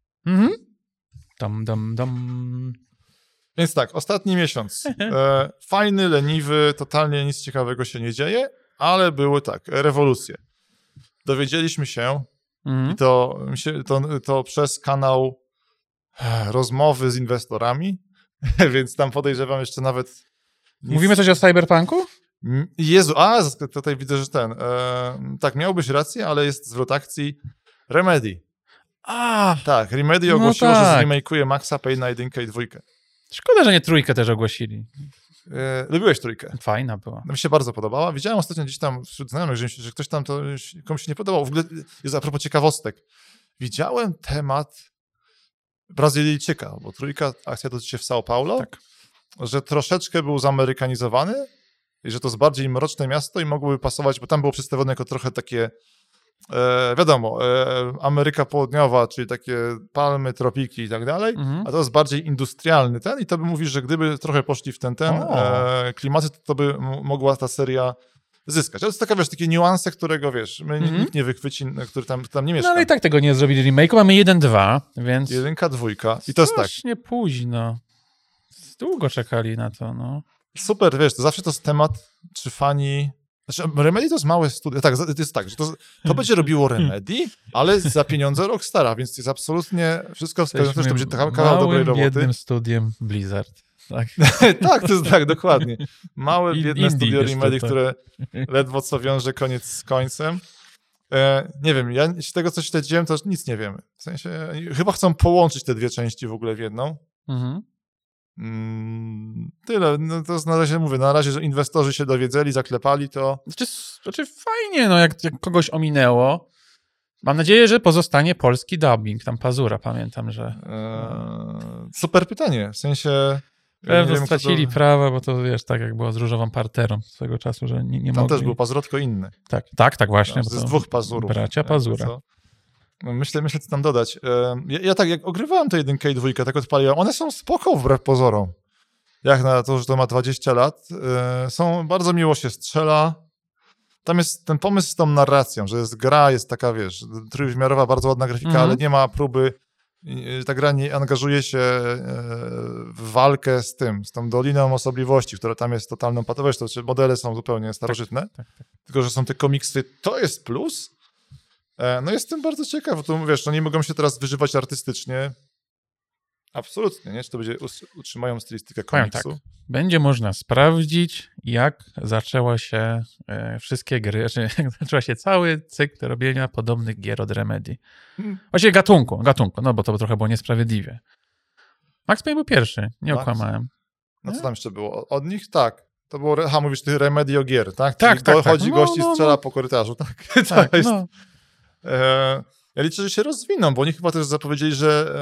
Dam. Więc tak, ostatni miesiąc. Fajny, leniwy, totalnie nic ciekawego się nie dzieje, ale były tak, rewolucje. Dowiedzieliśmy się, i to przez kanał rozmowy z inwestorami, więc tam podejrzewam jeszcze nawet... Mówimy coś o Cyberpunku? Jezu, tutaj widzę, że tak, miałbyś rację, ale jest zwrot akcji Remedy. Tak, Remedy ogłosiło, że zremake'uje Maxa Payne'a 1 i 2. Szkoda, że nie 3 też ogłosili. Lubiłeś 3? Fajna była. Mi się bardzo podobała. Widziałem ostatnio gdzieś tam wśród znajomych, że ktoś tam komuś się nie podobał. W ogóle jest a propos ciekawostek. Widziałem temat Brazylijczyka, bo 3 akcja dotyczy w São Paulo, tak. Że troszeczkę był zamerykanizowany i że to jest bardziej mroczne miasto i mogłoby pasować, bo tam było przedstawione jako trochę takie wiadomo, Ameryka Południowa, czyli takie palmy, tropiki i tak dalej, a to jest bardziej industrialny i to by mówisz, że gdyby trochę poszli w ten klimaty, to by mogła ta seria zyskać. Ale to jest taka, takie niuanse, którego, nikt nie wychwyci, który tam nie mieszka. No ale i tak tego nie zrobili remake'u, mamy 1-2, więc... 1, 2 i to jest tak. Strasznie późno. Długo czekali na to, no. Super, to zawsze to jest temat, czy fani... Znaczy, Remedy to jest małe studio. Tak, to jest tak, że to będzie robiło Remedy, ale za pieniądze Rockstara, więc jest absolutnie wszystko wskazujące, że to będzie kawał dobrej roboty. Biednym studiem Blizzard. Tak, tak, to jest tak, dokładnie. Małe, biedne studio Remedy, które ledwo co wiąże koniec z końcem. Nie wiem, ja z tego, co śledziłem, to nic nie wiemy. W sensie, chyba chcą połączyć te dwie części w ogóle w jedną. Tyle, no to na razie mówię, że inwestorzy się dowiedzieli, zaklepali to. Znaczy fajnie, no jak kogoś ominęło. Mam nadzieję, że pozostanie polski dubbing, tam Pazura, pamiętam, że... Super pytanie, w sensie... Pewno stracili prawa, bo to tak jak było z Różową Parterą swego czasu, że nie mogli. Tam też był Pazurotko inny. Tak właśnie. To z dwóch Pazurów. Bracia Pazura. Myślę, co tam dodać. Ja tak, jak ogrywałem te 1 i 2, tak odpaliłem, one są spoko wbrew pozorom. jak na to, że to ma 20 lat, bardzo miło się strzela. Tam jest ten pomysł z tą narracją, że jest gra, jest taka, wiesz, trójwymiarowa, bardzo ładna grafika, ale nie ma próby, ta gra nie angażuje się w walkę z tą Doliną Osobliwości, która tam jest totalną patologią, to znaczy modele są zupełnie starożytne, tylko że są te komiksy, to jest plus. No jestem bardzo ciekaw, bo tu, wiesz, nie mogą się teraz wyżywać artystycznie. Absolutnie, nie? Czy to będzie utrzymają stylistykę komiksu? Tak, będzie można sprawdzić, jak zaczęła się wszystkie gry, jak zaczęła się cały cykl robienia podobnych gier od Remedy. Właściwie gatunku, no bo to trochę było niesprawiedliwie. Max Payne był pierwszy, nie okłamałem. No co tam jeszcze było? Od nich? Tak. To było, mówisz ty Remedio gier, tak? Tak. Chodzi gość i strzela po korytarzu, tak? Tak, jest. Ja liczę, że się rozwiną, bo oni chyba też zapowiedzieli, że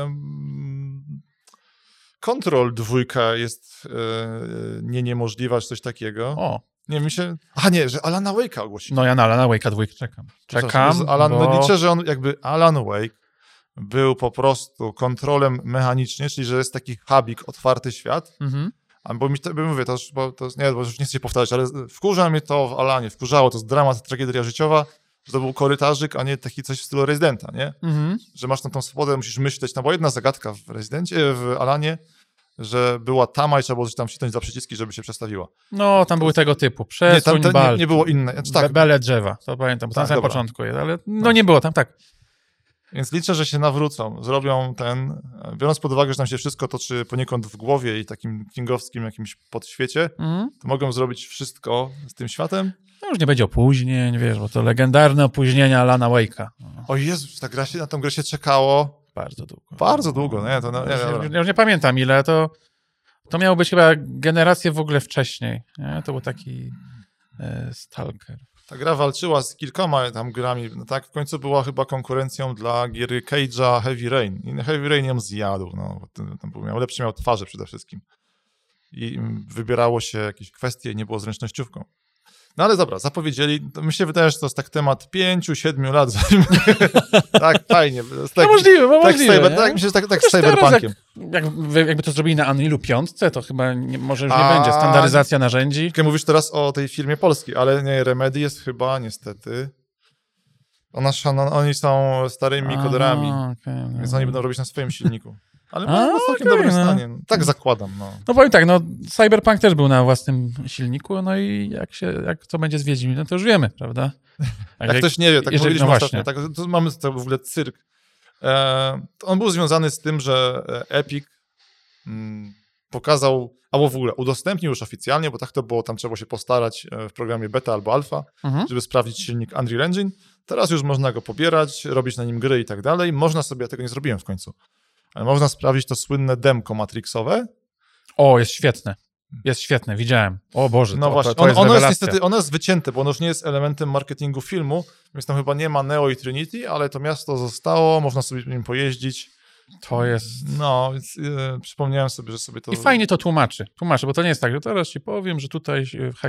Control 2 jest niemożliwa, czy coś takiego. Nie, że Alana Wake'a ogłosili. No ja na Alana Wake'a 2 czekam. Liczę, że on Alan Wake był po kontrolem mechanicznie, czyli że jest taki hubik, otwarty świat. Bo mówię, bo już nie chcę się powtarzać, ale wkurza mnie to w Alanie, wkurzało, to jest dramat, tragedia życiowa, że to był korytarzyk, a nie taki coś w stylu Residenta, nie? Że masz tam tą swobodę, musisz myśleć, no bo jedna zagadka w Alanie, że była tama i trzeba było coś tam wcisnąć za przyciski, żeby się przestawiła. No, tam były tego typu. Przesuń nie było inne. Znaczy, Bele drzewa, to pamiętam, bo tam na samym początku jest, ale nie było tam, tak. Więc liczę, że się nawrócą, zrobią biorąc pod uwagę, że tam się wszystko toczy poniekąd w głowie i takim kingowskim jakimś podświecie, to mogą zrobić wszystko z tym światem. No już nie będzie opóźnień, wiesz, bo to legendarne opóźnienia Alana Wake'a. O Jezu, na tą grę się czekało. Bardzo długo. Bardzo długo, nie? Ja już nie pamiętam ile, to miało być chyba generację w ogóle wcześniej, nie? To był taki Stalker. Ta gra walczyła z kilkoma tam grami, no tak, w końcu była chyba konkurencją dla gier Cage'a Heavy Rain. I Heavy Rain ją zjadł, no, miał twarze przede wszystkim. I wybierało się jakieś kwestie i nie było zręcznościówką. No ale dobra, zapowiedzieli, mi się wydaje, że to jest tak temat 5-7 lat. Tak, fajnie. Możliwe. Tak, myślę, że tak z Cyberpunkiem. Jakby to zrobili na Unrealu 5, to chyba może już nie będzie standaryzacja narzędzi. Mówisz teraz o tej firmie polskiej, ale nie, Remedy jest chyba niestety... Oni są starymi koderami, więc oni będą robić na swoim silniku. Ale w całkiem dobrym stanie. Tak zakładam. No powiem tak, Cyberpunk też był na własnym silniku, no i co będzie z Wiedźminem, to już wiemy, prawda? Jak ktoś nie wie, tak mówiliśmy ostatnio. Tak, to mamy w ogóle cyrk. On był związany z tym, że Epic pokazał, albo w ogóle udostępnił już oficjalnie, bo tak to było, tam trzeba się postarać w programie beta albo alfa, żeby sprawdzić silnik Unreal Engine. Teraz już można go pobierać, robić na nim gry i tak dalej. Można sobie, ja tego nie zrobiłem w końcu, ale można sprawdzić to słynne demko Matrixowe. O, jest świetne. Jest świetne, widziałem. O Boże, no właśnie. To jest ono jest niestety, ono jest wycięte, bo ono już nie jest elementem marketingu filmu, więc tam chyba nie ma Neo i Trinity, ale to miasto zostało, można sobie nim pojeździć. To jest... No, więc przypomniałem sobie, że sobie to... I fajnie to tłumaczy, bo to nie jest tak, że teraz ci powiem, że tutaj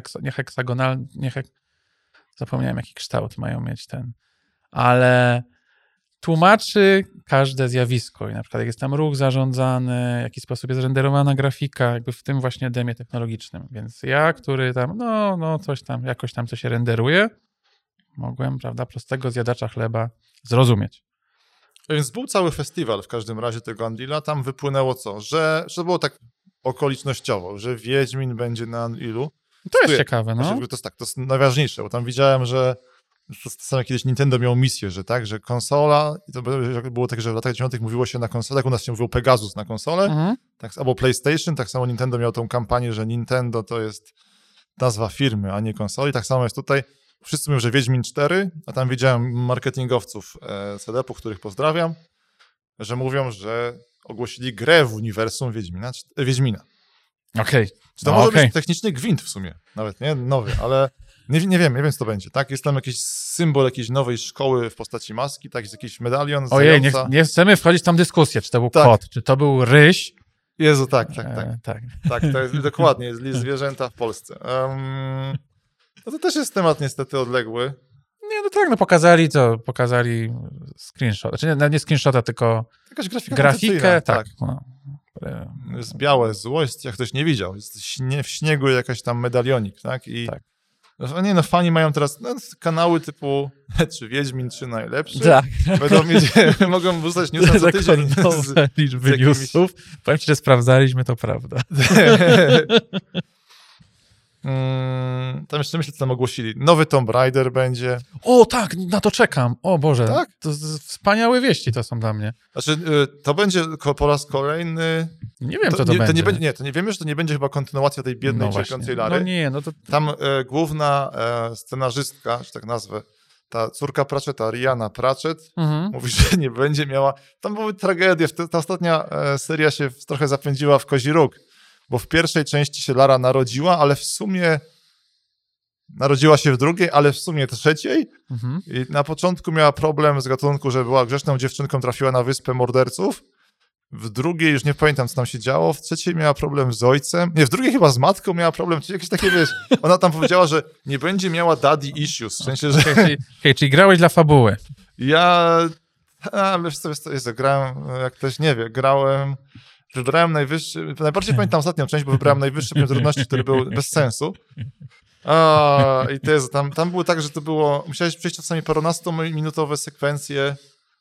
zapomniałem jaki kształt mają mieć ale tłumaczy każde zjawisko i na przykład jak jest tam ruch zarządzany, w jaki sposób jest renderowana grafika, jakby w tym właśnie demie technologicznym. Więc ja, który tam, coś tam, jakoś tam to się renderuje, mogłem, prawda, prostego zjadacza chleba zrozumieć. Więc był cały festiwal w każdym razie tego Unreala, tam wypłynęło co? Że było tak okolicznościowo, że Wiedźmin będzie na Unrealu. To jest ciekawe, no. To jest najważniejsze, bo tam widziałem, że to samo kiedyś Nintendo miał misję, że tak, że konsola, i to było tak, że w latach 90. mówiło się na konsolę, tak u nas się mówiło Pegasus na konsolę, tak, albo PlayStation, tak samo Nintendo miał tą kampanię, że Nintendo to jest nazwa firmy, a nie konsoli, tak samo jest tutaj. Wszyscy mówią, że Wiedźmin 4, a tam widziałem marketingowców CD-ów, których pozdrawiam, że mówią, że ogłosili grę w uniwersum Wiedźmina. Okej. Czy to może być techniczny gwint w sumie, nawet, nie? Nowy, ale nie wiem, co to będzie, tak? Jest tam jakiś symbol jakiejś nowej szkoły w postaci maski, tak? Jest jakiś medalion. Ojej, nie chcemy wchodzić w tą dyskusję, czy to był kot, czy to był ryś. Jezu, tak. Tak, to jest dokładnie, jest list zwierzęta w Polsce. No to też jest temat niestety odległy. Pokazali screenshot, znaczy nie screenshota, tylko jakaś grafikę, tak. Jest białe zło, jak ktoś nie widział. Jest w śniegu jakaś tam medalionik, tak? I Tak. fani mają teraz kanały typu czy Wiedźmin, czy Najlepszy. Tak. Będą mieć, mogą wrzucać newsa co tydzień. Rekordowe liczby newsów. Powiem ci, że sprawdzaliśmy, to prawda. Tam jeszcze myślę, co tam ogłosili. Nowy Tomb Raider będzie. O tak, na to czekam. O Boże, Tak? to wspaniałe wieści to są dla mnie. Znaczy, to będzie po raz kolejny... Nie wiem, co to będzie. To nie wiemy, że to nie będzie chyba kontynuacja tej biednej, cierpiącej Lary. No nie, no to... Tam główna scenarzystka, że tak nazwę, ta córka Pratchetta, Rihanna Pratchett, mówi, że nie będzie miała... Tam były tragedie. Ta ostatnia seria się trochę zapędziła w kozi róg, bo w pierwszej części się Lara narodziła, ale w sumie narodziła się w drugiej, ale w sumie trzeciej. I na początku miała problem z gatunku, że była grzeczną dziewczynką, trafiła na wyspę morderców. W drugiej już nie pamiętam, co tam się działo. W trzeciej miała problem z ojcem. Nie, w drugiej chyba z matką miała problem, czy jakieś takie, wiesz... Ona tam powiedziała, że nie będzie miała daddy issues. W sensie, że... Czyli grałeś dla fabuły. Grałem, jak ktoś nie wie, wybrałem najwyższy... Najbardziej pamiętam ostatnią część, bo wybrałem najwyższy poziom trudności, który był bez sensu. I tam było tak, że to było... Musiałeś przejść czasami paronastominutowe sekwencje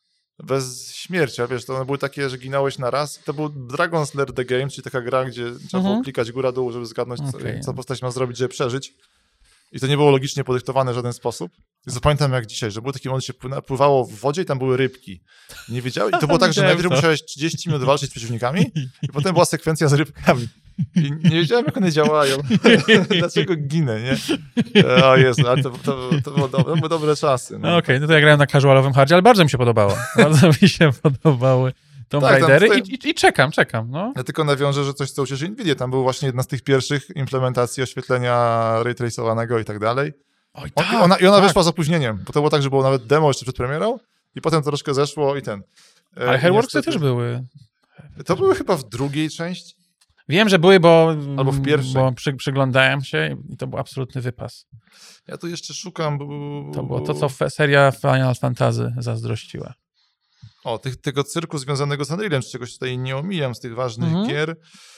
bez śmierci, a wiesz, to one były takie, że ginąłeś na raz. To był Dragon's Lair The Game, czyli taka gra, gdzie trzeba było klikać góra-dół, żeby zgadnąć, co postać ma zrobić, żeby przeżyć. I to nie było logicznie podyktowane w żaden sposób. I zapamiętam jak dzisiaj, że był taki moment, że się pływało w wodzie i tam były rybki. Nie wiedziałem. I to było tak, że najpierw musiałeś 30 minut walczyć z przeciwnikami i potem była sekwencja z rybkami. I nie wiedziałem, jak one działają. Dlaczego ginę, nie? O Jezu, ale to były dobre czasy. No. Okej, no to ja grałem na casualowym hardzie, ale bardzo mi się podobało. Bardzo mi się podobały Tomb Raidery i czekam. No. Ja tylko nawiążę, że coś, co ucieszy Nvidia. Tam był właśnie jedna z tych pierwszych implementacji oświetlenia ray tracowanego i tak dalej. Oj, Ona weszła z opóźnieniem, bo to było tak, że było nawet demo jeszcze przed premierą i potem troszkę zeszło i ten. Ale Hairworksy też były. To były chyba w drugiej części. Wiem, że były, albo w pierwszej. Bo przyglądałem się i to był absolutny wypas. Ja tu jeszcze szukam. To było to, co seria Final Fantasy zazdrościła. O, tego cyrku związanego z Unrealem, czegoś tutaj nie omijam z tych ważnych gier.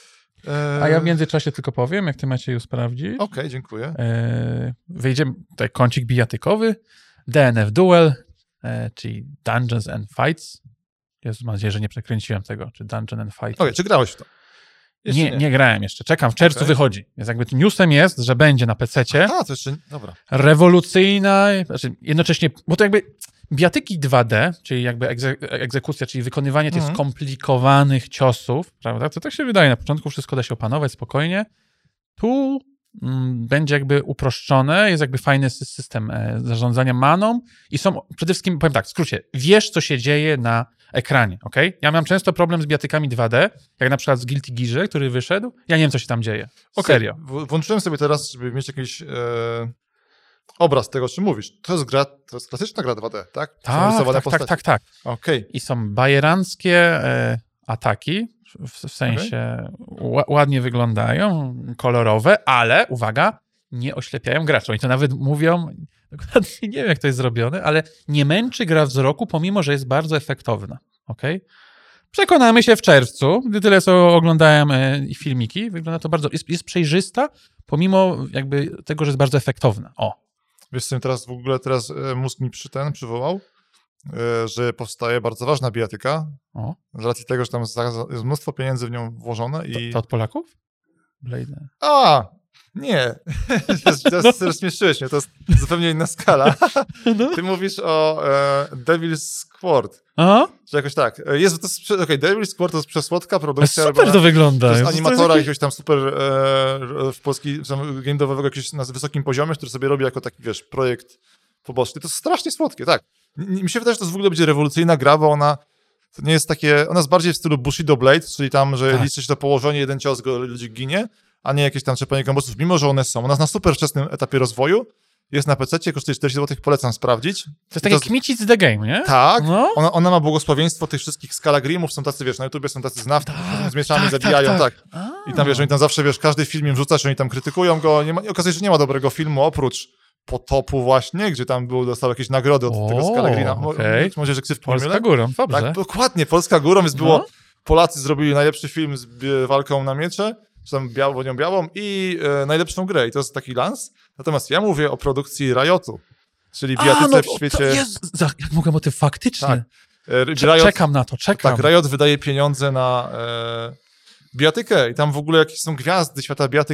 A ja w międzyczasie tylko powiem, jak ty Macieju sprawdzić. Okej, dziękuję. Wyjdzie tutaj kącik bijatykowy, DNF Duel, czyli Dungeons and Fights. Mam nadzieję, że nie przekręciłem tego, czy Dungeon and Fights. Okej, czy grałeś w to? Nie grałem jeszcze. Czekam, w czerwcu wychodzi. Więc jakby tym newsem jest, że będzie na PC-cie. A, to jeszcze, dobra. Rewolucyjna, znaczy jednocześnie, bo to jakby bijatyki 2D, czyli jakby egzekucja, czyli wykonywanie tych skomplikowanych ciosów, prawda? To tak się wydaje, na początku wszystko da się opanować spokojnie. Tu będzie jakby uproszczone, jest jakby fajny system zarządzania maną i są przede wszystkim, powiem tak, w skrócie, wiesz, co się dzieje na ekranie, okej? Ja mam często problem z bijatykami 2D, jak na przykład z Guilty Gear, który wyszedł, ja nie wiem, co się tam dzieje. Serio. Włączyłem sobie teraz, żeby mieć jakiś obraz tego, o czym mówisz. To jest klasyczna gra 2D, tak? Tak. Okej. I są bajeranckie ataki, w sensie ładnie wyglądają, kolorowe, ale, uwaga, nie oślepiają graczy. Oni to nawet mówią, dokładnie nie wiem, jak to jest zrobione, ale nie męczy gra wzroku, pomimo, że jest bardzo efektowna. Okay? Przekonamy się w czerwcu, gdy tyle, co oglądałem filmiki, wygląda to bardzo, jest przejrzysta, pomimo jakby tego, że jest bardzo efektowna. Wiesz, co teraz w ogóle mózg mi przywołał, że powstaje bardzo ważna bijatyka, z racji tego, że tam jest mnóstwo pieniędzy w nią włożone. To od Polaków? Blade. Nie. Rozśmieszyłeś mnie, to jest zupełnie inna skala. Ty mówisz o Devil's Squirt. Czy jakoś tak. Devil's Squirt to jest przesłodka produkcja. Super to wygląda. To jest animatora jakiegoś tam super game devowego jakiegoś na wysokim poziomie, który sobie robi jako taki, wiesz, projekt poboczny. To jest strasznie słodkie, tak. Mi się wydaje, że to w ogóle będzie rewolucyjna gra, bo ona to nie jest takie, ona jest bardziej w stylu Bushido Blade, czyli tam, że liczy się to położenie, jeden cios, ludzi ginie, a nie jakieś tam trzepanie kombosów, mimo że one są. Ona jest na super wczesnym etapie rozwoju, jest na PC-cie, kosztuje 40 zł, polecam sprawdzić. To jest takie kmicic the game, nie? Tak, ona ma błogosławieństwo tych wszystkich Scalagrimów, są tacy, wiesz, na YouTubie są tacy znawcy, z mieczami zabijają, tak. I tam, wiesz, oni tam zawsze, wiesz, każdy film im wrzuca, że oni tam krytykują go, okazuje się, że nie ma dobrego filmu, oprócz Potopu właśnie, gdzie tam dostał jakieś nagrody od tego Scalagrina. Może, że ksywki Polska górą, dobrze. Tak, dokładnie, Polska górą, więc było Polacy zrobili najlepszy film z walką na miecze, czy tam wonią białą i najlepszą grę. I to jest taki lans. Natomiast ja mówię o produkcji Riotu, czyli bijatyce w świecie... Jak mogłem o tym faktycznie? Tak. Czekam na to, czekam. Tak, Riot wydaje pieniądze na bijatykę i tam w ogóle jakieś są gwiazdy świata bijatyk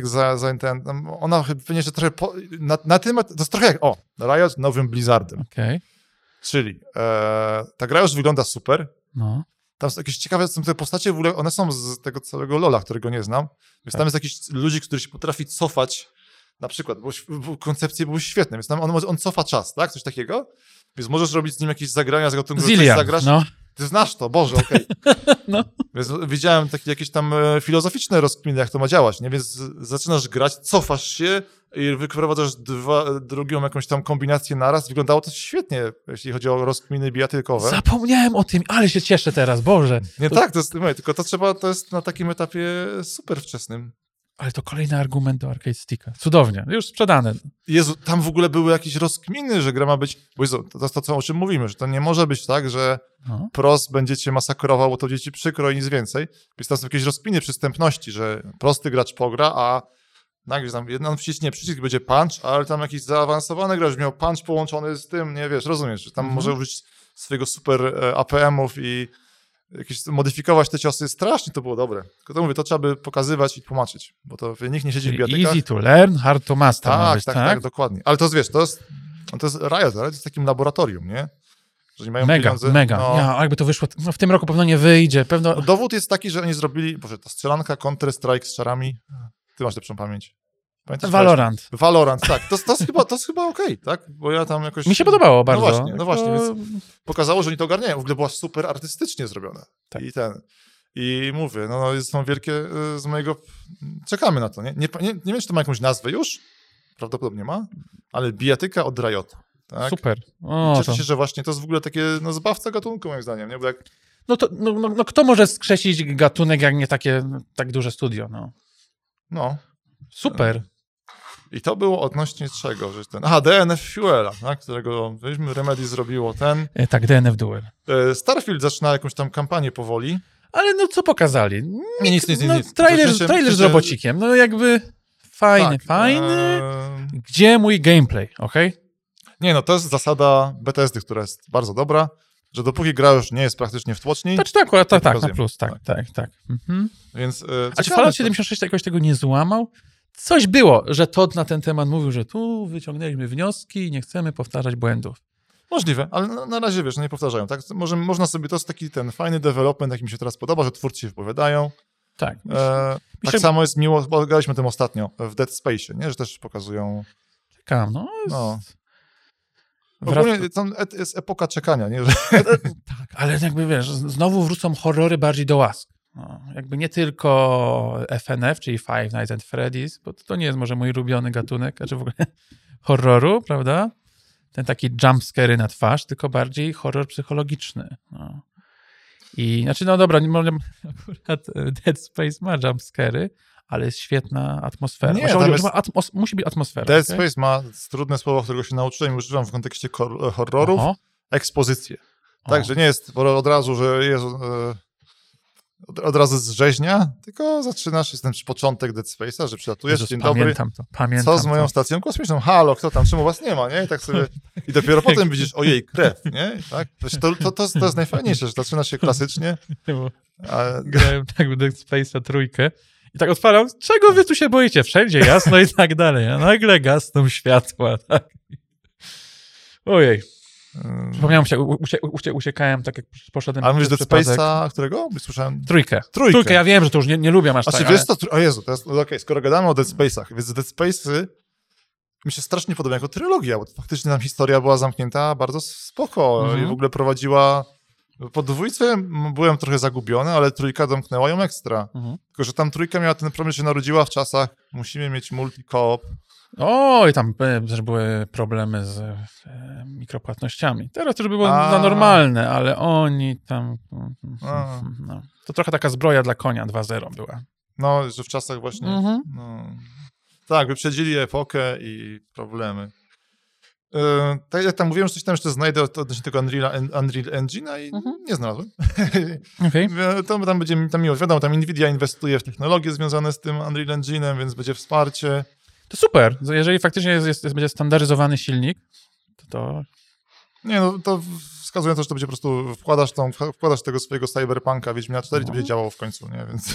ona pewnie jeszcze trochę na tym, to jest trochę jak, Riot nowym Blizzardem. Okay. Czyli ta gra już wygląda super. No. Tam są jakieś ciekawe, są te postacie, w ogóle one są z tego całego LoL'a, którego nie znam. Więc tam jest jakiś ludzi, który się potrafi cofać, na przykład, bo koncepcje były świetne, więc tam on cofa czas, tak? Coś takiego. Więc możesz robić z nim jakieś zagrania, z gatunku, że coś zagrasz. No. Ty znasz to, Boże, okej. No. Więc widziałem takie jakieś tam filozoficzne rozkminy, jak to ma działać, nie? Więc zaczynasz grać, cofasz się i wyprowadzasz drugą jakąś tam kombinację naraz. Wyglądało to świetnie, jeśli chodzi o rozkminy bijatykowe. Zapomniałem o tym, ale się cieszę teraz, Boże. Nie, tak, tylko to jest na takim etapie super wczesnym. Ale to kolejny argument do Arcade Sticka. Cudownie, już sprzedane. Jezu, tam w ogóle były jakieś rozkminy, że gra ma być... Bo Jezu, to jest to, o czym mówimy, że to nie może być tak, że pros będzie cię masakrował, bo to będzie ci przykro i nic więcej. Więc tam są jakieś rozkminy przystępności, że prosty gracz pogra, a nagle tam jeden wciśnie przycisk, będzie punch, ale tam jakiś zaawansowany gracz miał punch połączony z tym, nie wiesz, rozumiesz, że tam może użyć swojego super APM-ów i jakieś modyfikować te ciosy. Strasznie to było dobre. Tylko to mówię, to trzeba by pokazywać i tłumaczyć, bo to nikt nie siedzi w bibliotekach. Easy to learn, hard to master. Tak, dokładnie. Ale to wiesz, to jest Riot, to jest takim laboratorium, nie? Że nie mają pieniądze. Mega. Ja, jakby to wyszło, w tym roku pewno nie wyjdzie. No, dowód jest taki, że oni zrobili, ta strzelanka Counter-Strike z czarami. Ty masz lepszą pamięć. Pamiętasz? Valorant, tak. To jest chyba okej, tak? Bo ja tam jakoś... Mi się podobało bardzo. No właśnie, więc pokazało, że oni to ogarniają. W ogóle była super artystycznie zrobiona. Tak. I mówię, są wielkie z mojego... Czekamy na to, nie? Nie wiem, czy to ma jakąś nazwę już. Prawdopodobnie ma. Ale bijatyka od Riotu. Tak? Super. Cieszę się, że właśnie to jest w ogóle takie zbawca gatunku, moim zdaniem, nie? Bo jak... No kto może skrzesić gatunek, jak nie tak duże studio, No. Super. I to było odnośnie czego? Że DNF Fuela, tak? Którego Remedy zrobiło Tak, DNF Duel. Starfield zaczyna jakąś tam kampanię powoli. Ale co pokazali? Nic. Trailer z robocikiem, jakby fajny. Gdzie mój gameplay, okej? Nie, to jest zasada Bethesdy, która jest bardzo dobra, że dopóki gra już nie jest praktycznie w tłoczni... Znaczy tak, akurat tak, na plus, tak. Mhm. Więc, a czy Fallout 76 jakoś tego nie złamał? Coś było, że Todd na ten temat mówił, że tu wyciągnęliśmy wnioski i nie chcemy powtarzać błędów. Możliwe, ale na razie, nie powtarzają. Tak? Można sobie, to jest taki ten fajny development, jaki mi się teraz podoba, że twórcy się wypowiadają. Tak. Tak samo jest miło, bo graliśmy tym ostatnio w Dead Space, nie? Że też pokazują... Czekam, Ogólnie to jest epoka czekania, nie? Tak, ale jakby wiesz, znowu wrócą horrory bardziej do łask. Jakby nie tylko FNF, czyli Five Nights at Freddy's, bo to nie jest może mój ulubiony gatunek, znaczy w ogóle horroru, prawda? Ten taki jumpscary na twarz, tylko bardziej horror psychologiczny. I znaczy, dobra, akurat Dead Space ma jumpscary, ale jest świetna atmosfera. Nie, musi być atmosfera. Dead Space ma trudne słowo, którego się nauczyłem i używam w kontekście horrorów, ekspozycję. Tak, że nie jest od razu, że jest od razu z rzeźnia, tylko zaczynasz, jest ten początek Dead Space'a, że przylatujesz, dzień dobry, co z moją stacją kosmiczną? Halo, kto tam, czemu was nie ma, nie? I tak sobie, i dopiero potem widzisz, ojej, krew, nie? Tak? To jest najfajniejsze, że zaczynasz się klasycznie. Grałem tak w Dead Space'a 3 i tak odpalam, czego wy tu się boicie? Wszędzie jasno i tak dalej. A nagle gasną światła, tak? Ojej. Przypomniałem się, uciekałem tak jak poszedłem. Ale mówisz Dead Space'a, którego? Słyszałem. Trójkę, ja wiem, że to już nie lubię aż tak. Wiesz co, o Jezu, to jest okej, skoro gadamy o Dead Space'ach, więc Dead Space'y mi się strasznie podoba jako trylogia, bo faktycznie tam historia była zamknięta bardzo spoko i w ogóle prowadziła... Po dwójce byłem trochę zagubiony, ale trójka domknęła ją ekstra. Tylko, że tam trójka miała ten problem, że się narodziła w czasach, musimy mieć multi-co-op. I tam też były problemy z mikropłatnościami. Teraz to już było za normalne, ale oni tam... To trochę taka zbroja dla konia 2.0 była. Że w czasach właśnie... Tak, wyprzedzili epokę i problemy. Tak jak tam mówiłem, że coś tam jeszcze znajdę odnośnie tego Unreal Engine'a i nie znalazłem. Okej. Tam miło, wiadomo, tam Nvidia inwestuje w technologie związane z tym Unreal Engine'em, więc będzie wsparcie. To super. Jeżeli faktycznie będzie standaryzowany silnik, to... Nie, no to wskazuje na to, że to będzie po prostu wkładasz tego swojego Cyberpunka Wiedźmina 4 i to będzie działało w końcu, nie? Więc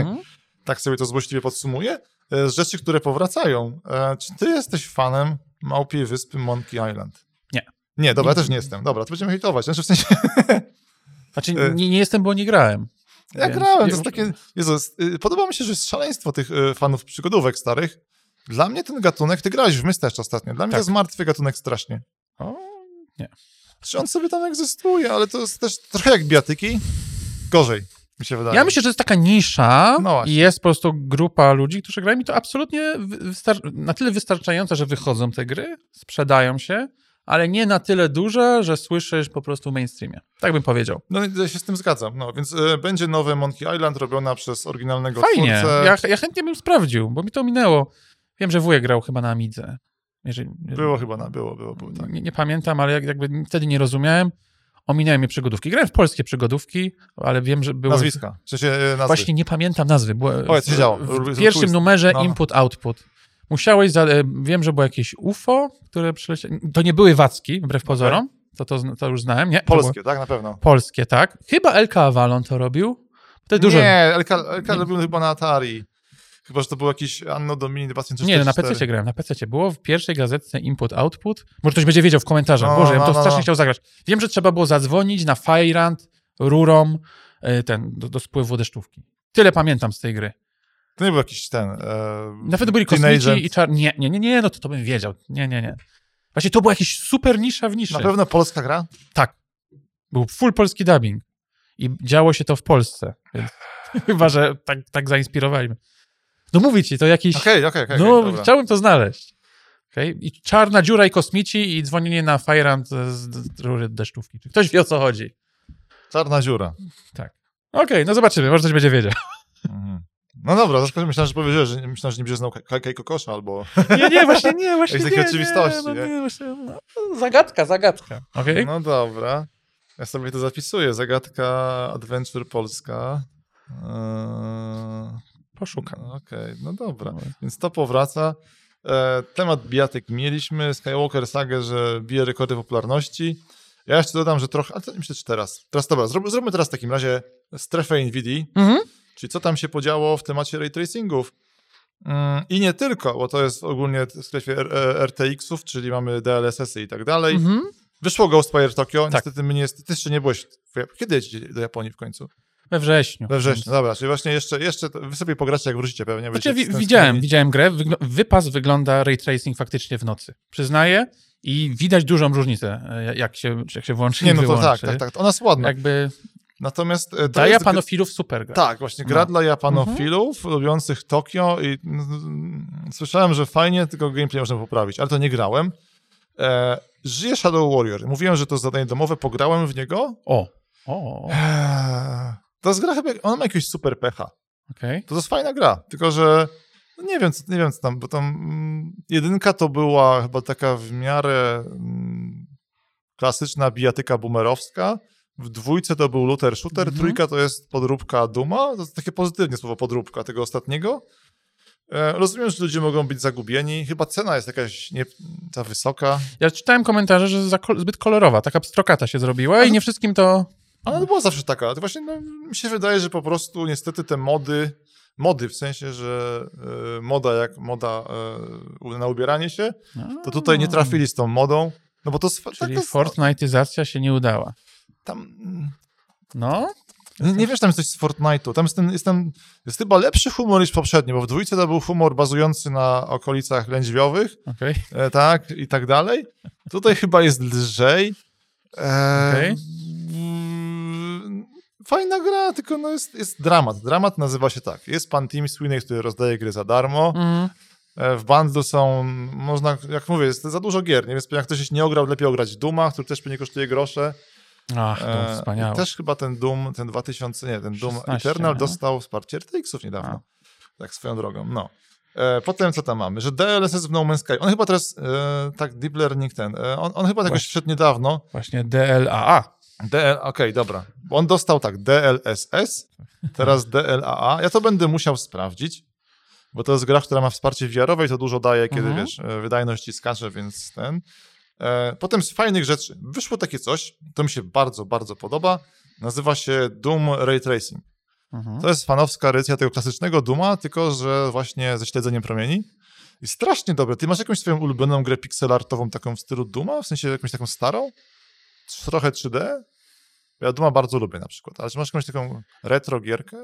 tak sobie to złośliwie podsumuję. Z rzeczy, które powracają. Czy ty jesteś fanem Małpiej Wyspy Monkey Island? Nie. Nie, dobra, ja też nie jestem. Dobra, to będziemy hejtować. Znaczy w sensie... Znaczy, nie jestem, bo nie grałem. Ja grałem, to jest takie... Jezus, podoba mi się, że jest szaleństwo tych fanów przygodówek starych. Dla mnie ten gatunek, ty grałeś w Myst też ostatnio, dla mnie to jest martwy gatunek strasznie. O, nie. Czy on sobie tam egzystuje, ale to jest też trochę jak bijatyki. Gorzej, mi się wydaje. Ja myślę, że jest taka nisza No i jest po prostu grupa ludzi, którzy grają i to absolutnie na tyle wystarczające, że wychodzą te gry, sprzedają się, ale nie na tyle duże, że słyszysz po prostu w mainstreamie. Tak bym powiedział. No ja się z tym zgadzam. No, więc będzie nowe Monkey Island robiona przez oryginalnego Fajnie. twórcę. Ja chętnie bym sprawdził, bo mi to minęło. Wiem, że wujek grał chyba na Amidze. Było chyba, było, tak. Nie pamiętam, ale jakby wtedy nie rozumiałem. Ominęły mnie przygodówki. Grałem w polskie przygodówki, ale wiem, że były... Nazwiska, w sensie nazwy. Właśnie nie pamiętam nazwy. Co się działo? W pierwszym numerze input-output. Musiałeś... Wiem, że było jakieś UFO, które przyleciało... To nie były Wacki, wbrew pozorom. To już znałem. Nie, polskie, tak? Na pewno. Polskie, tak. Chyba LK Avalon to robił. To jest dużo... Nie, LK robił chyba na Atari. Chyba, że to był jakiś Anno Domini 2044. Nie, na PC grałem, na PC. Było w pierwszej gazetce input-output. Może ktoś będzie wiedział w komentarzach. Boże, ja bym to strasznie chciał zagrać. Wiem, że trzeba było zadzwonić na Fajrant, rurą, do spływu deszczówki. Tyle pamiętam z tej gry. To nie był jakiś Nawet byli kosmici i Nie, no to bym wiedział. Nie. Właśnie to była jakiś super nisza w niszy. Na pewno polska gra? Tak. Był full polski dubbing. I działo się to w Polsce. Więc chyba, że tak zainspirowaliśmy. No mówię ci, to jakiś... Okej, no, dobra. chciałbym to znaleźć. Okay? I czarna dziura i kosmici i dzwonienie na Fajrant z rury deszczówki. Czy ktoś wie, o co chodzi? Czarna dziura. Tak. Okej, no zobaczymy, może ktoś będzie wiedział. No dobra, myślałem, że powiedziałeś, że nie będziesz znał Kajka i Kokosza, albo... Nie, właśnie nie. Jakieś takie oczywistości, nie? Właśnie, zagadka. Okay? No dobra. Ja sobie to zapisuję. Zagadka Adventure Polska. Poszukam. Okej, no dobra. Więc to powraca. Temat bijatyk mieliśmy. Skywalker Saga, że bije rekordy popularności. Ja jeszcze dodam, że trochę... Ale to myślę, czy teraz. Teraz dobra, zróbmy teraz w takim razie strefę Nvidii. Czyli co tam się podziało w temacie ray tracingów. I nie tylko, bo to jest ogólnie w strefie RTX-ów, czyli mamy DLSS-y i tak dalej. Wyszło Ghostwire Tokyo. Tak. Niestety ty jeszcze nie byłeś... Kiedy jedziecie do Japonii w końcu? We wrześniu. Dobra, czyli właśnie jeszcze wy sobie pogracie, jak wrócicie pewnie. Znaczy, widziałem grę. Wypas wygląda ray tracing faktycznie w nocy. Przyznaję i widać dużą różnicę, jak się włączy i wyłączy. Tak. Ona jest ładna. Jakby... Natomiast dla japanofilów super gra. Tak, właśnie gra dla japanofilów lubiących Tokio i słyszałem, że fajnie, tylko gameplay można poprawić, ale to nie grałem. Żyje Shadow Warrior. Mówiłem, że to zadanie domowe, pograłem w niego. To jest gra chyba, ona ma jakiegoś super pecha. Okay. To jest fajna gra, tylko że nie wiem co tam, bo tam jedynka to była chyba taka w miarę klasyczna bijatyka boomerowska. W dwójce to był looter shooter, trójka to jest podróbka Duma, to jest takie pozytywne słowo podróbka tego ostatniego. Rozumiem, że ludzie mogą być zagubieni, chyba cena jest jakaś nie za wysoka. Ja czytałem komentarze, że zbyt kolorowa, taka pstrokata się zrobiła i nie wszystkim to... Ona była zawsze taka, to właśnie mi się wydaje, że po prostu niestety te mody w sensie, że moda na ubieranie się, to tutaj nie trafili z tą modą. No bo to czyli Fortnite'izacja się nie udała. Tam... No? Nie wiesz, tam jest coś z Fortnite'u. Tam jest chyba lepszy humor niż poprzedni, bo w dwójce to był humor bazujący na okolicach lędźwiowych. Tak, i tak dalej. Tutaj chyba jest lżej. Fajna gra, tylko jest dramat. Dramat nazywa się tak. Jest pan Tim Sweeney, który rozdaje gry za darmo. W bundlu są, można, jak mówię, jest za dużo gier, nie? Więc jak ktoś nie ograł, lepiej ograć Dooma, który też nie kosztuje grosze. Ach, to wspaniałe. Też chyba ten Doom, ten Doom Eternal dostał wsparcie RTX-ów niedawno. Tak swoją drogą, no. Potem co tam mamy? Że DLSS w No Man's Sky. On chyba teraz, tak, Deep Learning on chyba jakoś wszedł niedawno. Właśnie DLAA. Okej, dobra. Bo on dostał tak, DLSS, teraz DLAA. Ja to będę musiał sprawdzić, bo to jest gra, która ma wsparcie VR-owe i to dużo daje, kiedy, wiesz, wydajność ci skacze, więc Potem z fajnych rzeczy wyszło takie coś, to mi się bardzo, bardzo podoba, nazywa się Doom Ray Tracing. To jest fanowska edycja tego klasycznego Dooma, tylko że właśnie ze śledzeniem promieni. I strasznie dobre. Ty masz jakąś swoją ulubioną grę pixelartową taką w stylu Dooma? W sensie jakąś taką starą? Trochę 3D? Ja Dooma bardzo lubię na przykład. Ale czy masz jakąś taką retro gierkę?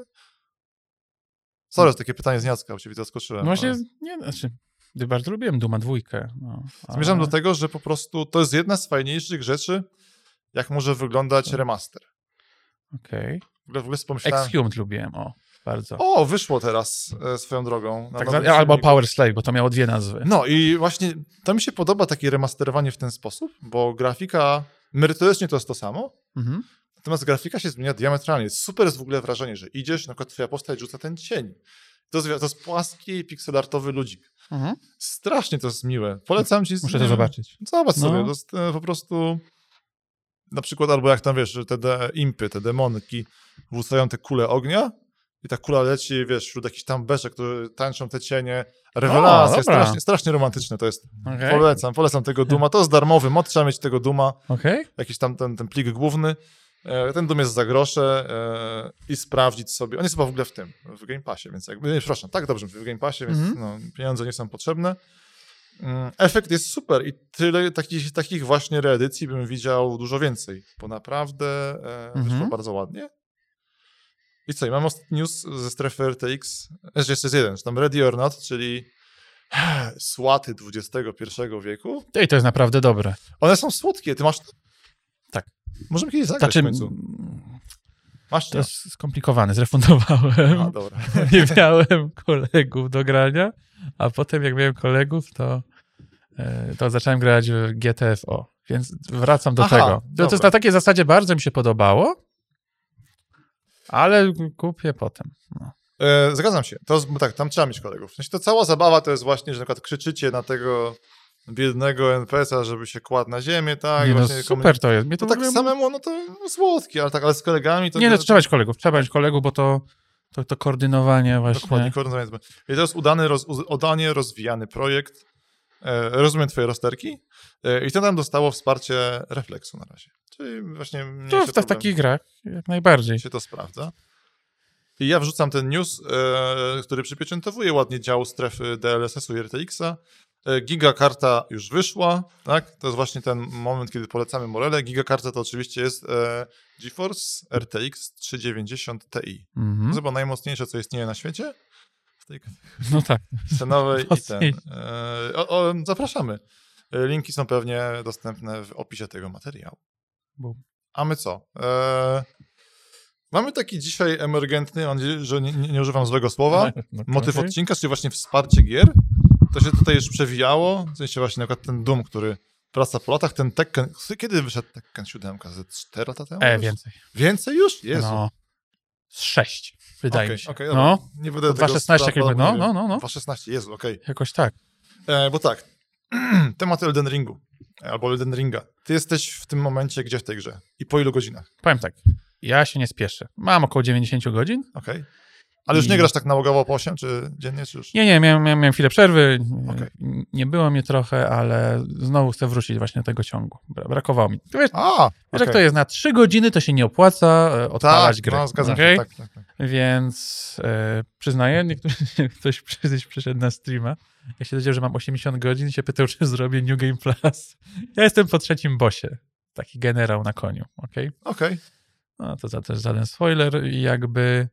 Sorry, takie pytanie z Jacka, bo cię zaskoczyłem. No właśnie, nie, znaczy, bardzo lubiłem Dooma 2. No, ale... Zmierzam do tego, że po prostu to jest jedna z fajniejszych rzeczy, jak może wyglądać remaster. Okej. W ogóle pomyślałem... Exhumed lubiłem, bardzo. O, wyszło teraz swoją drogą. Tak, albo Power Slave, bo to miało dwie nazwy. No i właśnie to mi się podoba takie remasterowanie w ten sposób, bo grafika, merytorycznie to jest to samo, natomiast grafika się zmienia diametralnie. Super jest w ogóle wrażenie, że idziesz, na przykład twoja postać rzuca ten cień. To jest płaski, pixelartowy ludzik. Strasznie to jest miłe. Polecam ci... Muszę to zobaczyć. Zobacz sobie, to jest po prostu... Na przykład, albo jak tam, wiesz, te impy, te demonki wrzucają te kule ognia i ta kula leci, wiesz, wśród jakichś tam beczek, które tańczą te cienie. Rewelacja, strasznie romantyczne to jest. Okay. Polecam tego Dooma. To jest darmowy mod, trzeba mieć tego Dooma. Jakiś tam ten plik główny. Ten Doom jest za grosze i sprawdzić sobie. On jest chyba w ogóle w Game Passie, więc jakby, nie, przepraszam, tak dobrze, w Game Passie, więc no, pieniądze nie są potrzebne. Efekt jest super i tyle takich właśnie reedycji bym widział dużo więcej, bo naprawdę wyszło bardzo ładnie. I co, i mam ostatni news ze strefy RTX, jeszcze jest jeden, że tam Ready or Not, czyli słaty XXI wieku. I to jest naprawdę dobre. One są słodkie, ty masz... Tak. Możemy kiedyś zagrać w końcu. Masz to jest skomplikowane, zrefundowałem. A, dobra. Nie miałem kolegów do grania, a potem jak miałem kolegów, to zacząłem grać w GTFO, więc wracam do tego. To jest na takiej zasadzie bardzo mi się podobało, ale kupię potem. No. Zgadzam się. Tak, tam trzeba mieć kolegów. W sensie to cała zabawa to jest właśnie, że na przykład krzyczycie na tego biednego NPC-a, żeby się kładł na ziemię, tak? Nie, no super to jest. To tak samemu, no to słodkie, ale z kolegami to... Nie, no trzeba mieć kolegów, bo to koordynowanie właśnie. Dokładnie, koordynowanie. I to jest udanie rozwijany projekt. Rozumiem twoje rozterki. I to nam dostało wsparcie refleksu na razie. Czyli właśnie... To w takich grach jak najbardziej. Się to sprawdza. I ja wrzucam ten news, który przypieczętowuje ładnie dział strefy DLSS-u i RTX-a. Gigakarta już wyszła, tak? To jest właśnie ten moment, kiedy polecamy Morele. Gigakarta to oczywiście jest GeForce RTX 390 Ti. To jest chyba najmocniejsze, co istnieje na świecie. W tej no tak. Cenowej i zapraszamy. Linki są pewnie dostępne w opisie tego materiału. A my co? Mamy taki dzisiaj emergentny, mam nadzieję, że nie używam złego słowa, motyw odcinka, czyli właśnie wsparcie gier. To się tutaj już przewijało, w sensie właśnie na przykład ten Doom, który wraca po latach, ten Tekken, kiedy wyszedł Tekken 7? Ze 4 lata temu? Więcej. Więcej już? Jezu. No, z 6, wydaje mi się. Okay, no. Nie będę 2.16 jakby, no. 2.16, Jezu, okej. Jakoś tak. Bo tak, temat Elden Ringu, albo Elden Ringa. Ty jesteś w tym momencie gdzie w tej grze? I po ilu godzinach? Powiem tak, ja się nie spieszę. Mam około 90 godzin. Okej. Ale już nie grasz tak nałogowo po 8, czy dziennie, czy już? Nie, miałem chwilę przerwy, nie było mnie trochę, ale znowu chcę wrócić właśnie do tego ciągu. Brakowało mi. Wiesz, jak to jest, na 3 godziny to się nie opłaca odpalać grę. No, zgadzam się, tak. Więc przyznaję, ktoś przyszedł na streama, ja się dowiedział, że mam 80 godzin i się pytał, czy zrobię New Game Plus. Ja jestem po 3. bossie, taki generał na koniu, okej? No to też żaden spoiler i jakby...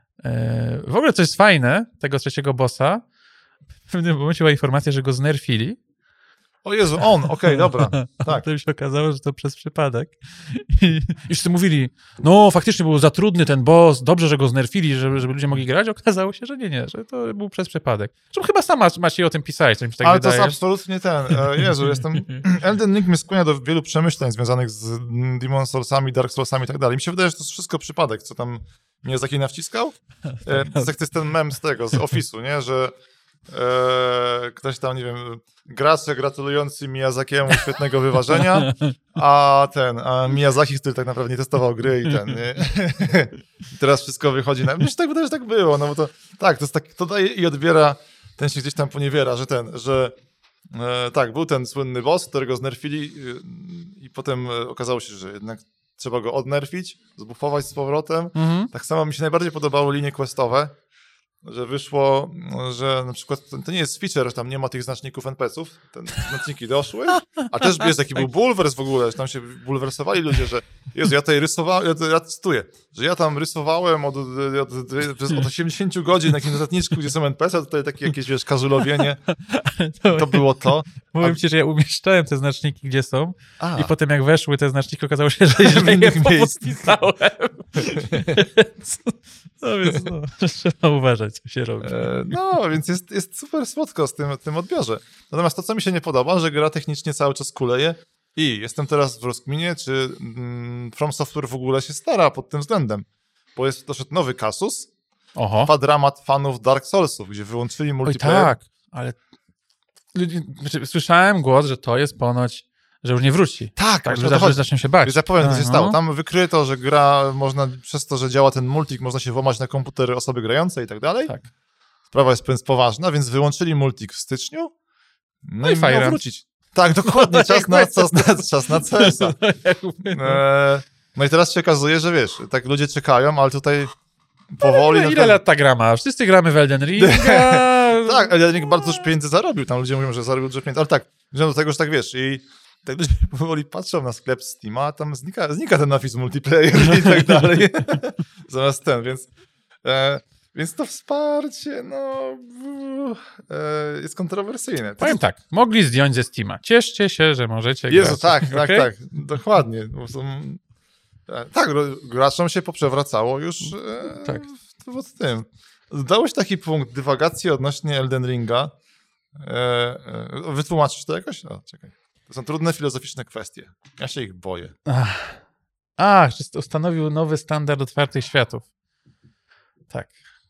W ogóle co jest fajne, tego 3. bossa, w pewnym momencie była informacja, że go znerfili. O Jezu, dobra. Tak. To mi się okazało, że to przez przypadek. I wszyscy mówili, no faktycznie był za trudny ten boss, dobrze, że go znerfili, żeby ludzie mogli grać. Okazało się, że nie, że to był przez przypadek. Zresztą chyba sama macie o tym pisać, co mi się tak ale wydaje. To jest absolutnie Jezu, Elden Ring mnie skłania do wielu przemyśleń związanych z Demon Soulsami, Dark Soulsami i tak dalej. Mi się wydaje, że to jest wszystko przypadek, co tam mnie Zaki nawciskał. To jest ten mem z Office'u, nie? Że ktoś tam, nie wiem, gracze gratulujący Miyazakiemu świetnego wyważenia, a Miyazaki, który tak naprawdę nie testował gry nie? Teraz wszystko wychodzi na... Myślę, że tak wydaje, że tak było, no bo to tak, to jest tak, to daje i odbiera, ten się gdzieś tam poniewiera, że tak, był ten słynny boss, którego znerfili i potem okazało się, że jednak trzeba go odnerfić, zbuffować z powrotem. Tak samo mi się najbardziej podobały linie questowe, że wyszło, że na przykład to nie jest feature, że tam nie ma tych znaczników NPC-ów, te znaczniki doszły, a też wiesz, taki był bulwers w ogóle, że tam się bulwersowali ludzie, że Jezu, ja tutaj rysowałem, ja cytuję, że ja tam rysowałem od 80 godzin na jakimś notatniczku, gdzie są NPC, a tutaj takie jakieś, wiesz, kazulowienie, to było to. Mówię ci, że ja umieszczałem te znaczniki, gdzie są i potem jak weszły te znaczniki, okazało się, że źle je podpisałem. Więc trzeba uważać, co się robi. No, więc jest super słodko z tym odbiorze. Natomiast to, co mi się nie podoba, że gra technicznie cały czas kuleje i jestem teraz w rozkminie, czy From Software w ogóle się stara pod tym względem. Bo jest doszedł nowy kasus, trwa dramat fanów Dark Soulsów, gdzie wyłączyli multiplayer. Oj, tak, ale słyszałem głos, że to jest ponoć, że już nie wróci. Tak, że zaczną się bać. Więc ja powiem, co się stało. Tam wykryto, że gra można, przez to, że działa ten multik, można się włamać na komputery osoby grającej i tak dalej. Tak. Sprawa jest poważna, więc wyłączyli multik w styczniu. No i fajnie wrócić. Tak, dokładnie, czas na CS-a. No i teraz się okazuje, że wiesz, tak ludzie czekają, ale tutaj powoli... Ile lat ta gra ma? Wszyscy gramy w Elden Ringa. Tak, Elden Ring bardzo dużo pieniędzy zarobił. Tam ludzie mówią, że zarobił dużo pieniędzy, ale tak, względu do tego, że tak wiesz, i tak ludzie powoli patrzą na sklep Steama, a tam znika ten napis multiplayer i tak dalej. Zamiast więc to wsparcie, jest kontrowersyjne. Powiem tak, mogli zdjąć ze Steama. Cieszcie się, że możecie Jezu, grać. tak, dokładnie. Tak, graczom się poprzewracało już w tym. Dałeś taki punkt dywagacji odnośnie Elden Ringa. Wytłumaczysz to jakoś? Czekaj. To są trudne filozoficzne kwestie. Ja się ich boję. Że ustanowił nowy standard otwartych światów. Tak.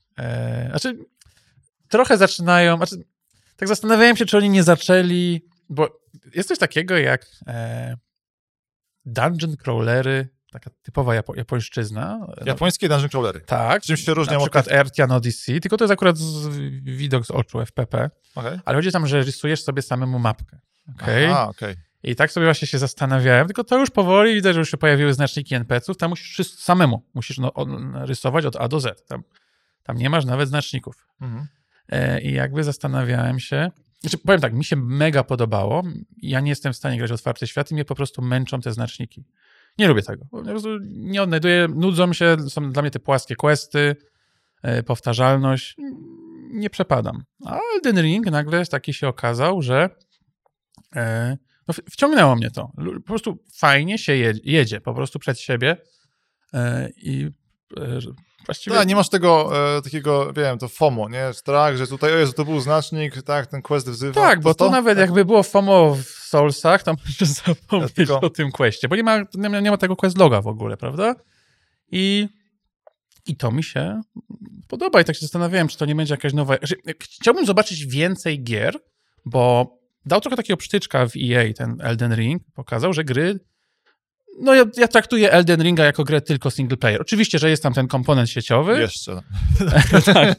Trochę zaczynają... tak zastanawiałem się, czy oni nie zaczęli... Bo jest coś takiego jak dungeon crawlery, taka typowa japońszczyzna. Japońskie dungeon crawlery. Tak. Czym się różnią? Na przykład Earthyan Odyssey, tylko to jest akurat widok z oczu, FPP. Okay. Ale chodzi tam, że rysujesz sobie samemu mapkę. Okay. I tak sobie właśnie się zastanawiałem, tylko to już powoli widzę, że już się pojawiły znaczniki NPC-ów, tam musisz samemu, rysować od A do Z. Tam nie masz nawet znaczników. I jakby zastanawiałem się, powiem tak, mi się mega podobało, ja nie jestem w stanie grać w otwarty świat i mnie po prostu męczą te znaczniki. Nie lubię tego. Po prostu nie odnajduję, nudzą się, są dla mnie te płaskie questy, powtarzalność. Nie przepadam. A Elden Ring nagle taki się okazał, że wciągnęło mnie to. Po prostu fajnie się jedzie po prostu przed siebie i właściwie... nie masz tego takiego, wiem, to FOMO, nie? Strach, że tutaj, o Jezu, to był znacznik, tak, ten quest wzywa. Tak, bo to nawet jakby było FOMO w Soulsach, to możesz zapomnieć o tym questie, bo nie ma tego quest loga w ogóle, prawda? I to mi się podoba i tak się zastanawiałem, czy to nie będzie jakaś nowa... Chciałbym zobaczyć więcej gier, bo dał trochę takiego psztyczka w EA, ten Elden Ring, pokazał, że gry... Ja traktuję Elden Ringa jako grę tylko single player. Oczywiście, że jest tam ten komponent sieciowy. Jeszcze. Tak.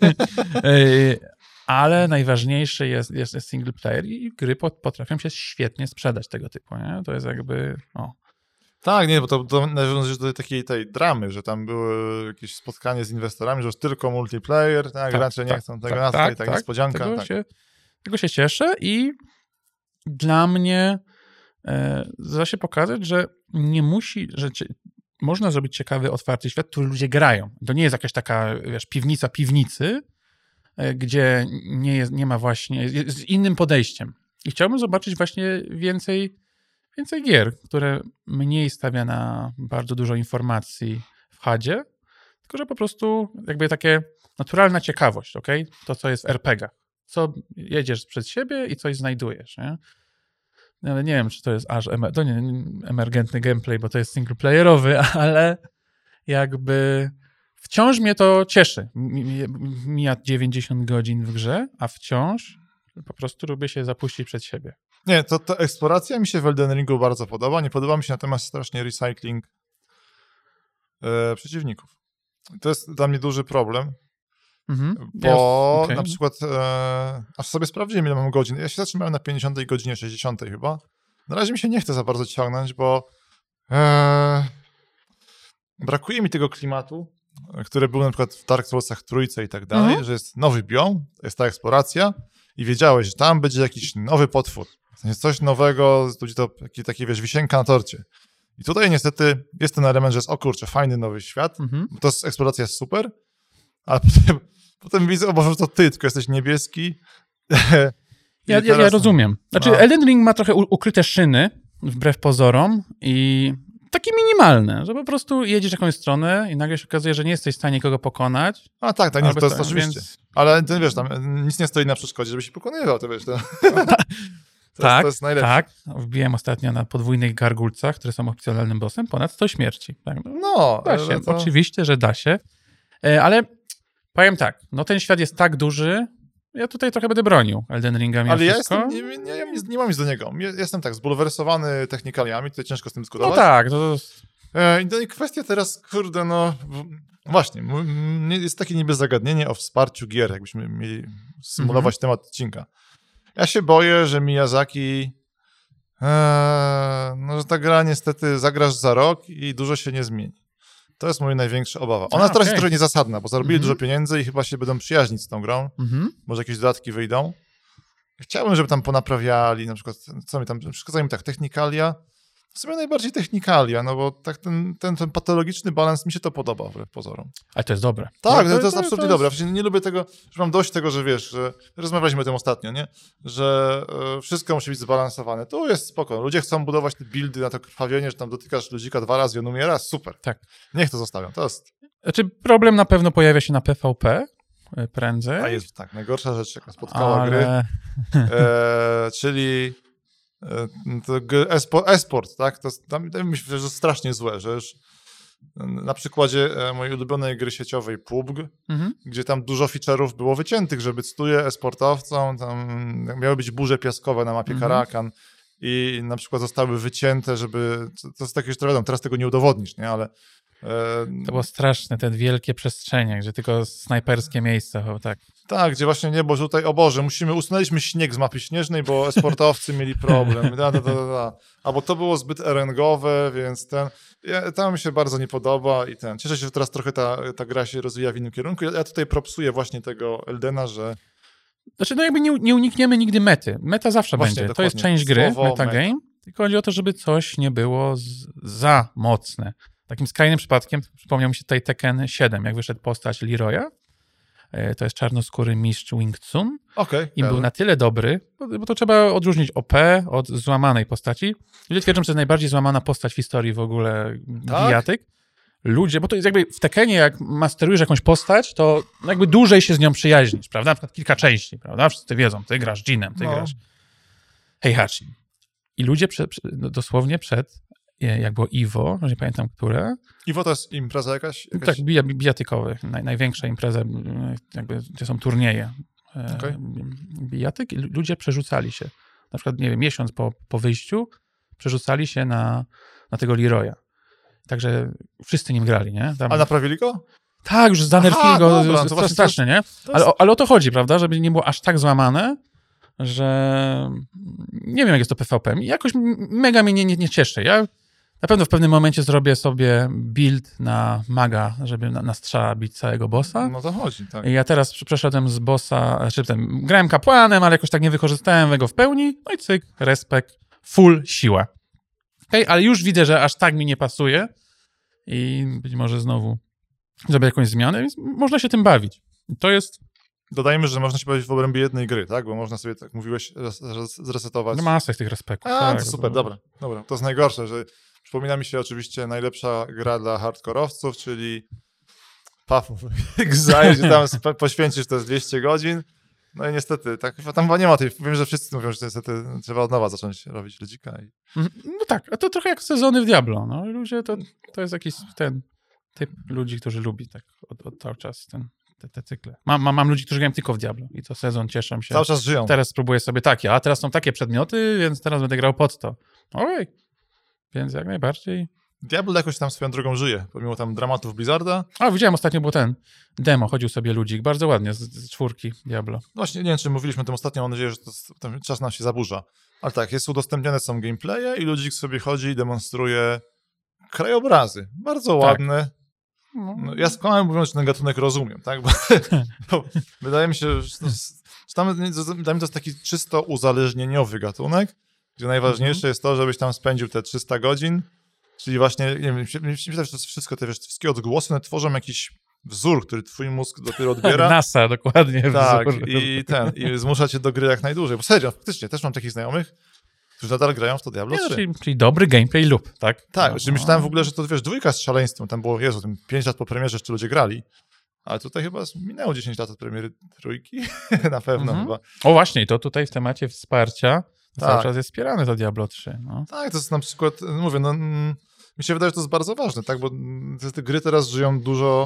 Ale najważniejszy jest single player i gry potrafią się świetnie sprzedać tego typu, nie? To jest jakby... Tak, nie, bo to nawiązuje do takiej tej dramy, że tam było jakieś spotkanie z inwestorami, że już tylko multiplayer, gracze nie chcą tego niespodzianka. Tego się cieszę i dla mnie da się pokazać, że nie musi, że można zrobić ciekawy, otwarty świat, który ludzie grają. To nie jest jakaś taka, wiesz, piwnica piwnicy, gdzie nie ma właśnie, z innym podejściem. I chciałbym zobaczyć właśnie więcej gier, które mniej stawia na bardzo dużo informacji w HUD-zie, tylko że po prostu jakby takie naturalna ciekawość, okej? To, co jest w RPG-ach. Co jedziesz przed siebie i coś znajdujesz, nie? Ale nie wiem, czy to jest aż emergentny gameplay, bo to jest singleplayerowy, ale jakby wciąż mnie to cieszy. Mija 90 godzin w grze, a wciąż po prostu lubię się zapuścić przed siebie. Nie, to eksploracja mi się w Elden Ringu bardzo podoba. Nie podoba mi się natomiast strasznie recycling przeciwników. To jest dla mnie duży problem, bo na przykład aż sobie sprawdziłem, ile mam godzin. Ja się zatrzymałem na 50 godzinie, 60 chyba. Na razie mi się nie chce za bardzo ciągnąć, bo brakuje mi tego klimatu, który był na przykład w Dark Soulsach Trójce i tak dalej, że jest nowy biom, jest ta eksploracja i wiedziałeś, że tam będzie jakiś nowy potwór. W sensie coś nowego, to taki wiesz, wisienka na torcie. I tutaj niestety jest ten element, że jest, o kurczę, fajny nowy świat, to eksploracja jest super, ale potem widzę, o Boże, że to ty, tylko jesteś niebieski. Ja rozumiem. Znaczy Elden Ring ma trochę ukryte szyny, wbrew pozorom i takie minimalne, że po prostu jedziesz jakąś stronę i nagle się okazuje, że nie jesteś w stanie kogo pokonać. A tak, to jest oczywiście. Więc... Ale ty wiesz, tam nic nie stoi na przeszkodzie, żebyś się pokonywał, to wiesz. To jest najlepsze. Tak, wbiłem ostatnio na podwójnych gargulcach, które są opcjonalnym bossem, ponad 100 śmierci. Tak? No, da się. Oczywiście, że da się. Ale powiem tak, no ten świat jest tak duży, ja tutaj trochę będę bronił Elden Ringa. Ale ja nie mam nic do niego. Jestem tak zbulwersowany technikaliami, tutaj ciężko z tym dyskutować. No tak. I kwestia teraz, kurde, no właśnie, jest takie niby zagadnienie o wsparciu gier, jakbyśmy mieli symulować temat odcinka. Ja się boję, że Miyazaki, że ta gra niestety zagrasz za rok i dużo się nie zmieni. To jest moja największa obawa. Ona teraz jest trochę niezasadna, bo zarobili dużo pieniędzy i chyba się będą przyjaźnić z tą grą. Może jakieś dodatki wyjdą. Chciałbym, żeby tam ponaprawiali, na przykład, co mi tam, przeszkadzają mi tak, technikalia. W sumie najbardziej technikalia, no bo tak ten patologiczny balans mi się to podoba, wbrew pozorom. Ale to jest dobre. Tak, to jest absolutnie dobre. Nie lubię tego, że mam dość tego, że wiesz, że rozmawialiśmy o tym ostatnio, nie? Że wszystko musi być zbalansowane. To jest spoko. Ludzie chcą budować te buildy na to krwawienie, że tam dotykasz ludzika 2 razy i on umiera. Super. Tak. Niech to zostawiam. To jest... Znaczy problem na pewno pojawia się na PvP prędzej. A jest tak, najgorsza rzecz, jaka spotkała gry, czyli e-sport, tak? Myślę, że to jest strasznie złe, że już na przykładzie mojej ulubionej gry sieciowej PUBG, gdzie tam dużo feature'ów było wyciętych, żeby cytuję e-sportowcom, tam miały być burze piaskowe na mapie Karakan i na przykład zostały wycięte, żeby, to jest takie, że wiadomo, teraz tego nie udowodnisz, nie? Ale to było straszne, te wielkie przestrzenie, gdzie tylko snajperskie miejsca, tak. Tak, gdzie właśnie nie, bo tutaj, o Boże, usunęliśmy śnieg z mapy śnieżnej, bo sportowcy mieli problem. Albo to było zbyt RNG-owe, więc to mi się bardzo nie podoba i cieszę się, że teraz trochę ta gra się rozwija w innym kierunku. Ja tutaj propsuję właśnie tego Eldena, że... Znaczy, no jakby nie unikniemy nigdy mety. Meta zawsze właśnie, będzie. Dokładnie. To jest część gry, metagame, tylko chodzi o to, żeby coś nie było za mocne. Takim skrajnym przypadkiem przypomniał mi się tutaj Tekken 7, jak wyszedł postać Leroya. To jest czarnoskóry mistrz Wing Chun. I był na tyle dobry, bo to trzeba odróżnić OP od złamanej postaci. Ludzie twierdzą, że to jest najbardziej złamana postać w historii w ogóle bijatyk. Ludzie, bo to jest jakby w Tekkenie, jak masterujesz jakąś postać, to jakby dłużej się z nią przyjaźnisz, prawda? Na przykład kilka części, prawda? Wszyscy wiedzą, ty grasz Jinem, ty grasz Heihachi. I ludzie dosłownie przed, jak było Evo, nie pamiętam które. Evo to jest impreza jakaś? Tak, bijatykowy. Największa impreza, jakby, gdzie są turnieje. Bijatyk. I ludzie przerzucali się. Na przykład, nie wiem, miesiąc po wyjściu przerzucali się na tego Leroya. Także wszyscy nim grali, nie? A naprawili go? Tak, już zanerwili go. To strasznie, nie? Ale o to chodzi, prawda? Żeby nie było aż tak złamane, że nie wiem, jak jest to PvP. Jakoś mega mnie nie cieszy. Ja na pewno w pewnym momencie zrobię sobie build na maga, żeby na strzała bić całego bossa. No to chodzi, tak. Ja teraz przeszedłem z bossa, grałem kapłanem, ale jakoś tak nie wykorzystałem go w pełni. No i cyk, respekt, full siła. Ale już widzę, że aż tak mi nie pasuje i być może znowu zrobię jakąś zmianę, więc można się tym bawić. To jest... Dodajmy, że można się bawić w obrębie jednej gry, tak? Bo można sobie, tak mówiłeś, zresetować. No masę tych respektów. Tak, to super, dobra. To jest najgorsze, że przypomina mi się oczywiście najlepsza gra dla hardkorowców, czyli Path of Exile, gdzie tam poświęcisz te 200 godzin. No i niestety, tak, tam chyba nie ma tej, wiem, że wszyscy mówią, że niestety trzeba od nowa zacząć robić ludzika. No tak, a to trochę jak sezony w Diablo, no ludzie to jest jakiś typ ludzi, którzy lubi tak od cały czas te cykle. Mam ludzi, którzy grają tylko w Diablo i co sezon cieszą się. Cały czas żyją. Teraz spróbuję sobie takie, a teraz są takie przedmioty, więc teraz będę grał pod to. Ojej. Więc jak najbardziej. Diablo jakoś tam swoją drogą żyje, pomimo tam dramatów Blizzarda. A, widziałem ostatnio, było ten demo, chodził sobie ludzik, bardzo ładnie, z 4 Diablo. Właśnie, nie wiem, czy mówiliśmy o tym ostatnio, mam nadzieję, że ten czas nam się zaburza. Ale tak, udostępniane są gameplaye i ludzik sobie chodzi i demonstruje krajobrazy. Bardzo ładne. No, ja skłamałem mówiąc, że ten gatunek rozumiem, tak? Bo wydaje mi się, że dla mnie to jest taki czysto uzależnieniowy gatunek, gdzie najważniejsze jest to, żebyś tam spędził te 300 godzin, czyli właśnie, nie wiem, mi się wydaje, że to wszystko, te wszystkie odgłosy, one tworzą jakiś wzór, który twój mózg dopiero odbiera. NASA, dokładnie. Tak, wzór. i zmusza cię do gry jak najdłużej. Bo serio, faktycznie, też mam takich znajomych, którzy nadal grają w to Diablo 3. Czyli dobry gameplay lub, tak? Tak, czyli myślałem w ogóle, że to, wiesz, dwójka z szaleństwem, tam było, Jezu, 5 lat po premierze jeszcze ludzie grali, ale tutaj chyba minęło 10 lat od premiery trójki, na pewno chyba. O właśnie, to tutaj w temacie wsparcia Tak. cały czas jest wspierane to Diablo 3. No. Tak, to jest na przykład, mówię, no, mi się wydaje, że to jest bardzo ważne, tak, bo te gry teraz żyją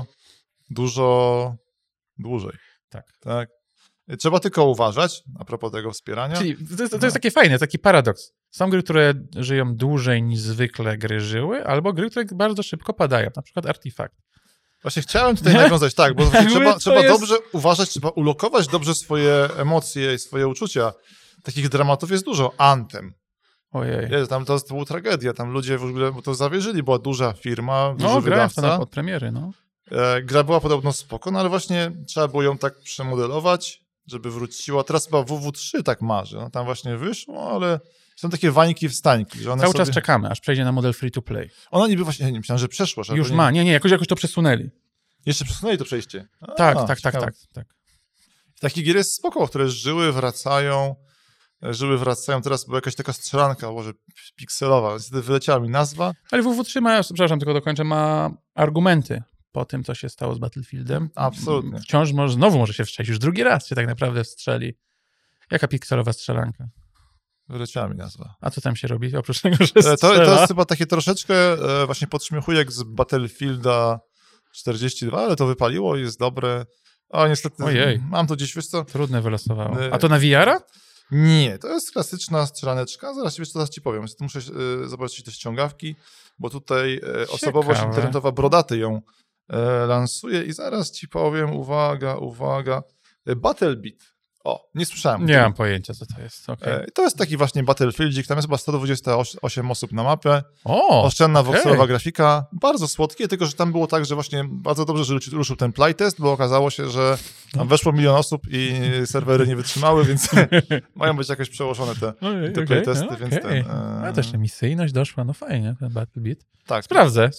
dużo dłużej. Tak. Trzeba tylko uważać, a propos tego wspierania. Czyli to jest takie fajne, taki paradoks. Są gry, które żyją dłużej niż zwykle gry żyły, albo gry, które bardzo szybko padają, na przykład Artifact. Właśnie chciałem tutaj nawiązać, tak, bo trzeba dobrze uważać, trzeba ulokować dobrze swoje emocje i swoje uczucia. Takich dramatów jest dużo. Anthem. Ojej. Tam to była tragedia, tam ludzie w ogóle bo to zawierzyli, była duża firma, duży grałem wydawca. to od premiery, no. Gra była podobno spoko, no ale właśnie trzeba było ją tak przemodelować, żeby wróciła. Teraz chyba WW3 tak marzy. No, tam właśnie wyszło, ale są takie wańki wstańki. Że one Cały czas czekamy, aż przejdzie na model free to play. Ona niby właśnie, nie myślałem, że przeszło. Że Już ma, nie, jakoś to przesunęli. Jeszcze przesunęli to przejście. Tak. Takich gier jest spoko, które żyły, wracają. Teraz była jakaś taka strzelanka, może pikselowa, niestety wyleciała mi nazwa. Ale WW3 ma, przepraszam, tylko dokończę, ma argumenty po tym, co się stało z Battlefieldem. Absolutnie. Wciąż znowu może się wstrzelić, już drugi raz się tak naprawdę wstrzeli. Jaka pikselowa strzelanka? Wyleciała mi nazwa. A co tam się robi, oprócz tego, że to jest chyba takie troszeczkę właśnie podśmiechujek z Battlefielda 42, ale to wypaliło i jest dobre. O, niestety, Ojej. Mam to gdzieś, wiesz co? Trudne wylosowało. A to na VR-a? Nie, to jest klasyczna strzelaneczka. Zaraz ci powiem. Muszę zobaczyć te ściągawki, bo tutaj osobowość internetowa Brodaty ją lansuje i zaraz ci powiem, uwaga. Battlebeat. O, nie słyszałem. Nie mam pojęcia, co to jest. Okay. To jest taki właśnie Battlefieldzik, tam jest chyba 128 osób na mapę. O, oszczędna voxelowa grafika, bardzo słodkie, tylko że tam było tak, że właśnie bardzo dobrze, że ruszył ten playtest, bo okazało się, że tam weszło 1 000 000 osób i serwery nie wytrzymały, więc mają być jakoś przełożone te playtesty. Więc A też emisyjność doszła, no fajnie, ten Battlebeat. Tak. Sprawdzę.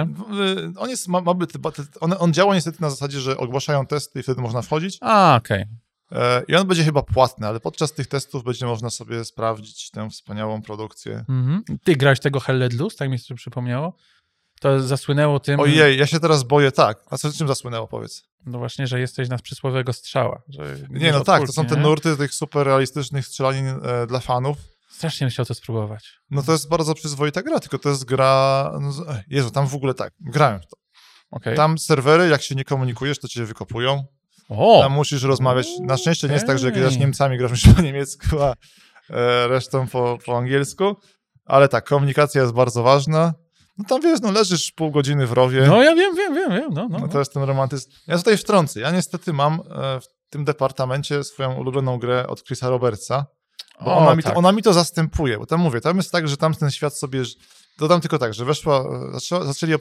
On działa niestety na zasadzie, że ogłaszają testy i wtedy można wchodzić. Okej. I on będzie chyba płatny, ale podczas tych testów będzie można sobie sprawdzić tę wspaniałą produkcję. Ty grałeś tego Hell Let Loose, tak mi się przypomniało? To zasłynęło tym... Ojej, ja się teraz boję, tak. A czym zasłynęło, powiedz? No właśnie, że jesteś na przysłowiowego strzała. To są te nurty tych super realistycznych strzelanin dla fanów. Strasznie bym chciał to spróbować. No to jest bardzo przyzwoita gra, tylko to jest gra... Jezu, tam w ogóle tak, grałem w to. Okay. Tam serwery, jak się nie komunikujesz, to cię wykopują. Tam musisz rozmawiać. Na szczęście nie jest tak, że jak grasz Niemcami, grasz już po niemiecku, a resztą po angielsku. Ale tak, komunikacja jest bardzo ważna. No tam wiesz, leżysz pół godziny w rowie. No ja wiem. No to jest ten romantyzm. Ja tutaj wtrącę. Ja niestety mam w tym departamencie swoją ulubioną grę od Chrisa Robertsa. Bo ona mi to zastępuje. Bo tam mówię, tam jest tak, że tam ten świat sobie... Dodam tylko tak, że zaczęli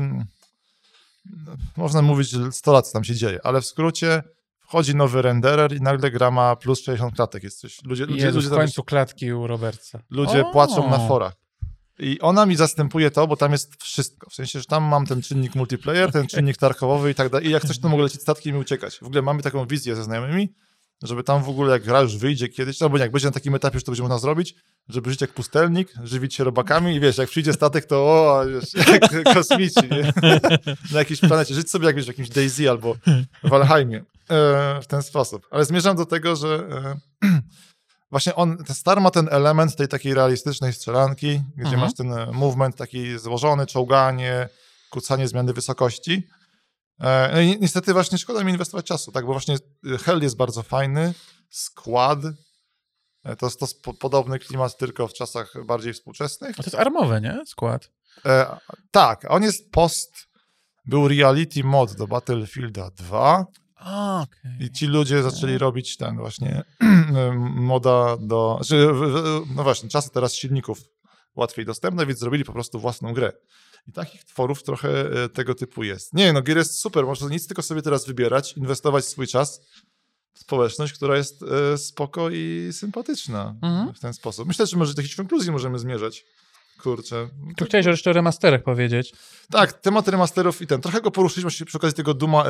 można mówić 100 lat, co tam się dzieje, ale w skrócie wchodzi nowy renderer i nagle gra ma plus 60 klatek. Jest coś. Ludzie w końcu klatki u Robertsa. Ludzie płaczą na forach. I ona mi zastępuje to, bo tam jest wszystko. W sensie, że tam mam ten czynnik multiplayer, ten czynnik tarkowy i tak dalej. I jak coś, to mogę lecieć statkiem i uciekać. W ogóle mamy taką wizję ze znajomymi, żeby tam w ogóle jak gra już wyjdzie kiedyś, albo jak będzie na takim etapie, już to będzie można zrobić, żeby żyć jak pustelnik, żywić się robakami i wiesz, jak przyjdzie statek, to wiesz, jak kosmici, nie? Na jakiejś planecie. Żyć sobie jak wiesz, w jakimś DayZ albo w Valheimie. W ten sposób. Ale zmierzam do tego, że właśnie ten Star ma ten element tej takiej realistycznej strzelanki, gdzie masz ten movement taki złożony, czołganie, kucanie zmiany wysokości. No i niestety właśnie szkoda mi inwestować czasu, tak, bo właśnie Hell jest bardzo fajny, skład, to jest podobny klimat, tylko w czasach bardziej współczesnych. A to jest armowe, nie? Skład. Tak, on jest był reality mod do Battlefielda 2 i ci ludzie zaczęli robić ten właśnie moda no właśnie, czasy teraz silników łatwiej dostępne, więc zrobili po prostu własną grę. I takich tworów trochę tego typu jest. Nie, no gier jest super, można nic tylko sobie teraz wybierać, inwestować swój czas w społeczność, która jest spoko i sympatyczna w ten sposób. Myślę, że może do jakiejś konkluzji możemy zmierzać. Kurczę. Tu chciałeś jeszcze o remasterach powiedzieć. Tak, temat remasterów i ten. Trochę go poruszyliśmy przy okazji tego Duma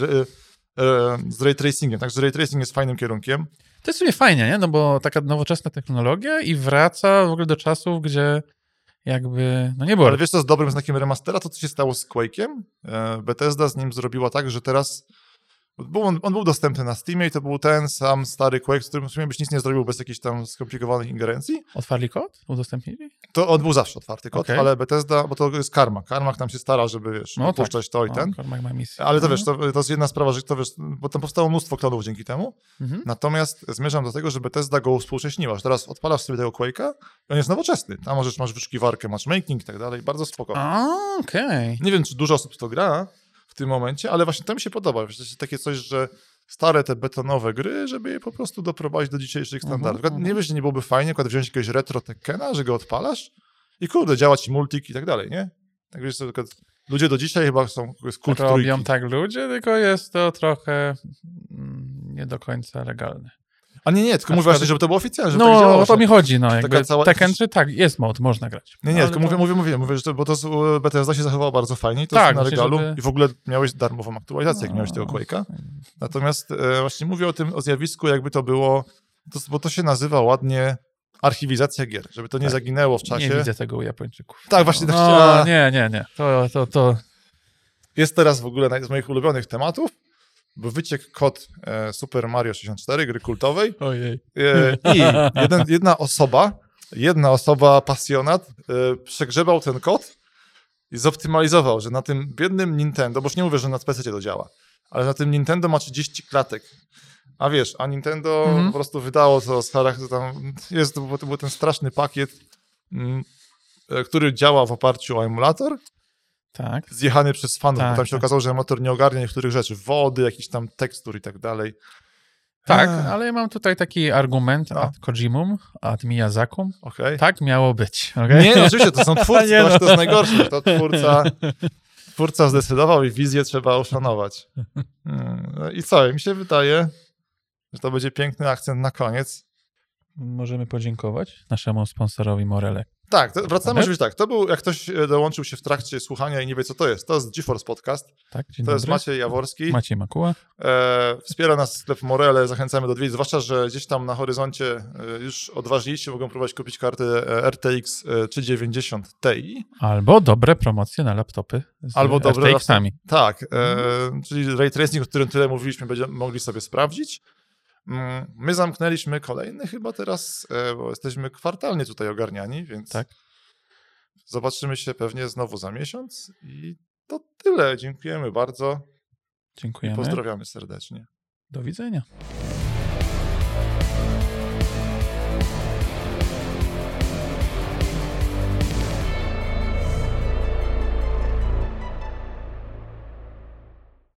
z ray tracingiem. Także ray tracing jest fajnym kierunkiem. To jest w sumie fajnie, nie? No bo taka nowoczesna technologia i wraca w ogóle do czasów, gdzie jakby, no nie było. Ale wiesz, co jest dobrym znakiem remastera? To, co się stało z Quake'iem. Bethesda z nim zrobiła tak, że teraz on był dostępny na Steamie i to był ten sam stary Quake, z którym w sumie byś nic nie zrobił bez jakichś tam skomplikowanych ingerencji. Otwarli kod? Udostępnili? To on był zawsze otwarty kod, Okay. ale Bethesda, bo to jest Karma. Karma tam się stara, żeby, wiesz, opuszczać to i ten. Karmak ma misję. Ale to wiesz, to jest jedna sprawa, że to wiesz, bo tam powstało mnóstwo klonów dzięki temu. Natomiast zmierzam do tego, że Bethesda go uspółcześniła, że teraz odpalasz sobie tego Quake'a i on jest nowoczesny. Tam masz wyszukiwarkę, matchmaking i tak dalej, bardzo spoko. Okej. Nie wiem, czy dużo osób to gra w tym momencie, ale właśnie to mi się podoba. Wiesz, takie coś, że stare te betonowe gry, żeby je po prostu doprowadzić do dzisiejszych standardów. Nie wiesz, że nie byłoby fajnie wziąć jakiegoś retro Tekkena, że go odpalasz i kurde, działa ci multik i tak dalej, nie? Tak wiesz, ludzie do dzisiaj chyba jest kult robią trójki. tak ludzie, tylko jest to trochę nie do końca legalne. A nie, tylko mówię właśnie, żeby to było oficjalne, żeby no, tak działało. O to mi chodzi, no. Jakby cała... Tekken, czy tak, jest mod, można grać. Nie, tylko to... mówię, że bo to Bethesda się zachowało bardzo fajnie i to tak, jest na legalu żeby... i w ogóle miałeś darmową aktualizację, jak miałeś tego Quake'a. Natomiast właśnie mówię o zjawisku, jakby to było, bo to się nazywa ładnie archiwizacja gier, żeby to nie zaginęło w czasie. Nie widzę tego u Japończyków. Tak, właśnie. Nie. To... Jest teraz w ogóle z moich ulubionych tematów, bo wyciekł kod Super Mario 64, gry kultowej. Ojej. I jedna osoba, pasjonat, przegrzebał ten kod i zoptymalizował, że na tym biednym Nintendo, bo już nie mówię, że na PC to działa, ale na tym Nintendo ma 30 klatek. A wiesz, a Nintendo po prostu wydało to z charakterem, to był ten straszny pakiet, który działa w oparciu o emulator. Tak. Zjechany przez fanów, tak, bo tam się okazało, że amator nie ogarnia niektórych rzeczy, wody, jakichś tam tekstur i tak dalej. Tak, ale ja mam tutaj taki argument ad Kojimum, ad Miyazakum. Okay. Tak miało być. Okay? Nie, no oczywiście, to są twórcy, to jest najgorsze. To twórca zdecydował i wizję trzeba uszanować. I co, mi się wydaje, że to będzie piękny akcent na koniec. Możemy podziękować naszemu sponsorowi Morele. Tak, wracamy oczywiście tak. To był, jak ktoś dołączył się w trakcie słuchania i nie wie, co to jest GeForce Podcast. Tak, to jest Maciej Jaworski. Maciej Makuła. Wspiera nas sklep Morele, zachęcamy do odwiedzin, zwłaszcza, że gdzieś tam na horyzoncie już odważniejsi mogą próbować kupić kartę RTX 390 Ti. Albo dobre promocje na laptopy z RTX-ami. Tak, czyli ray tracing, o którym tyle mówiliśmy, będziemy mogli sobie sprawdzić. My zamknęliśmy kolejny chyba teraz, bo jesteśmy kwartalnie tutaj ogarniani, więc zobaczymy się pewnie znowu za miesiąc i to tyle. Dziękujemy bardzo. Dziękujemy. I pozdrawiamy serdecznie. Do widzenia.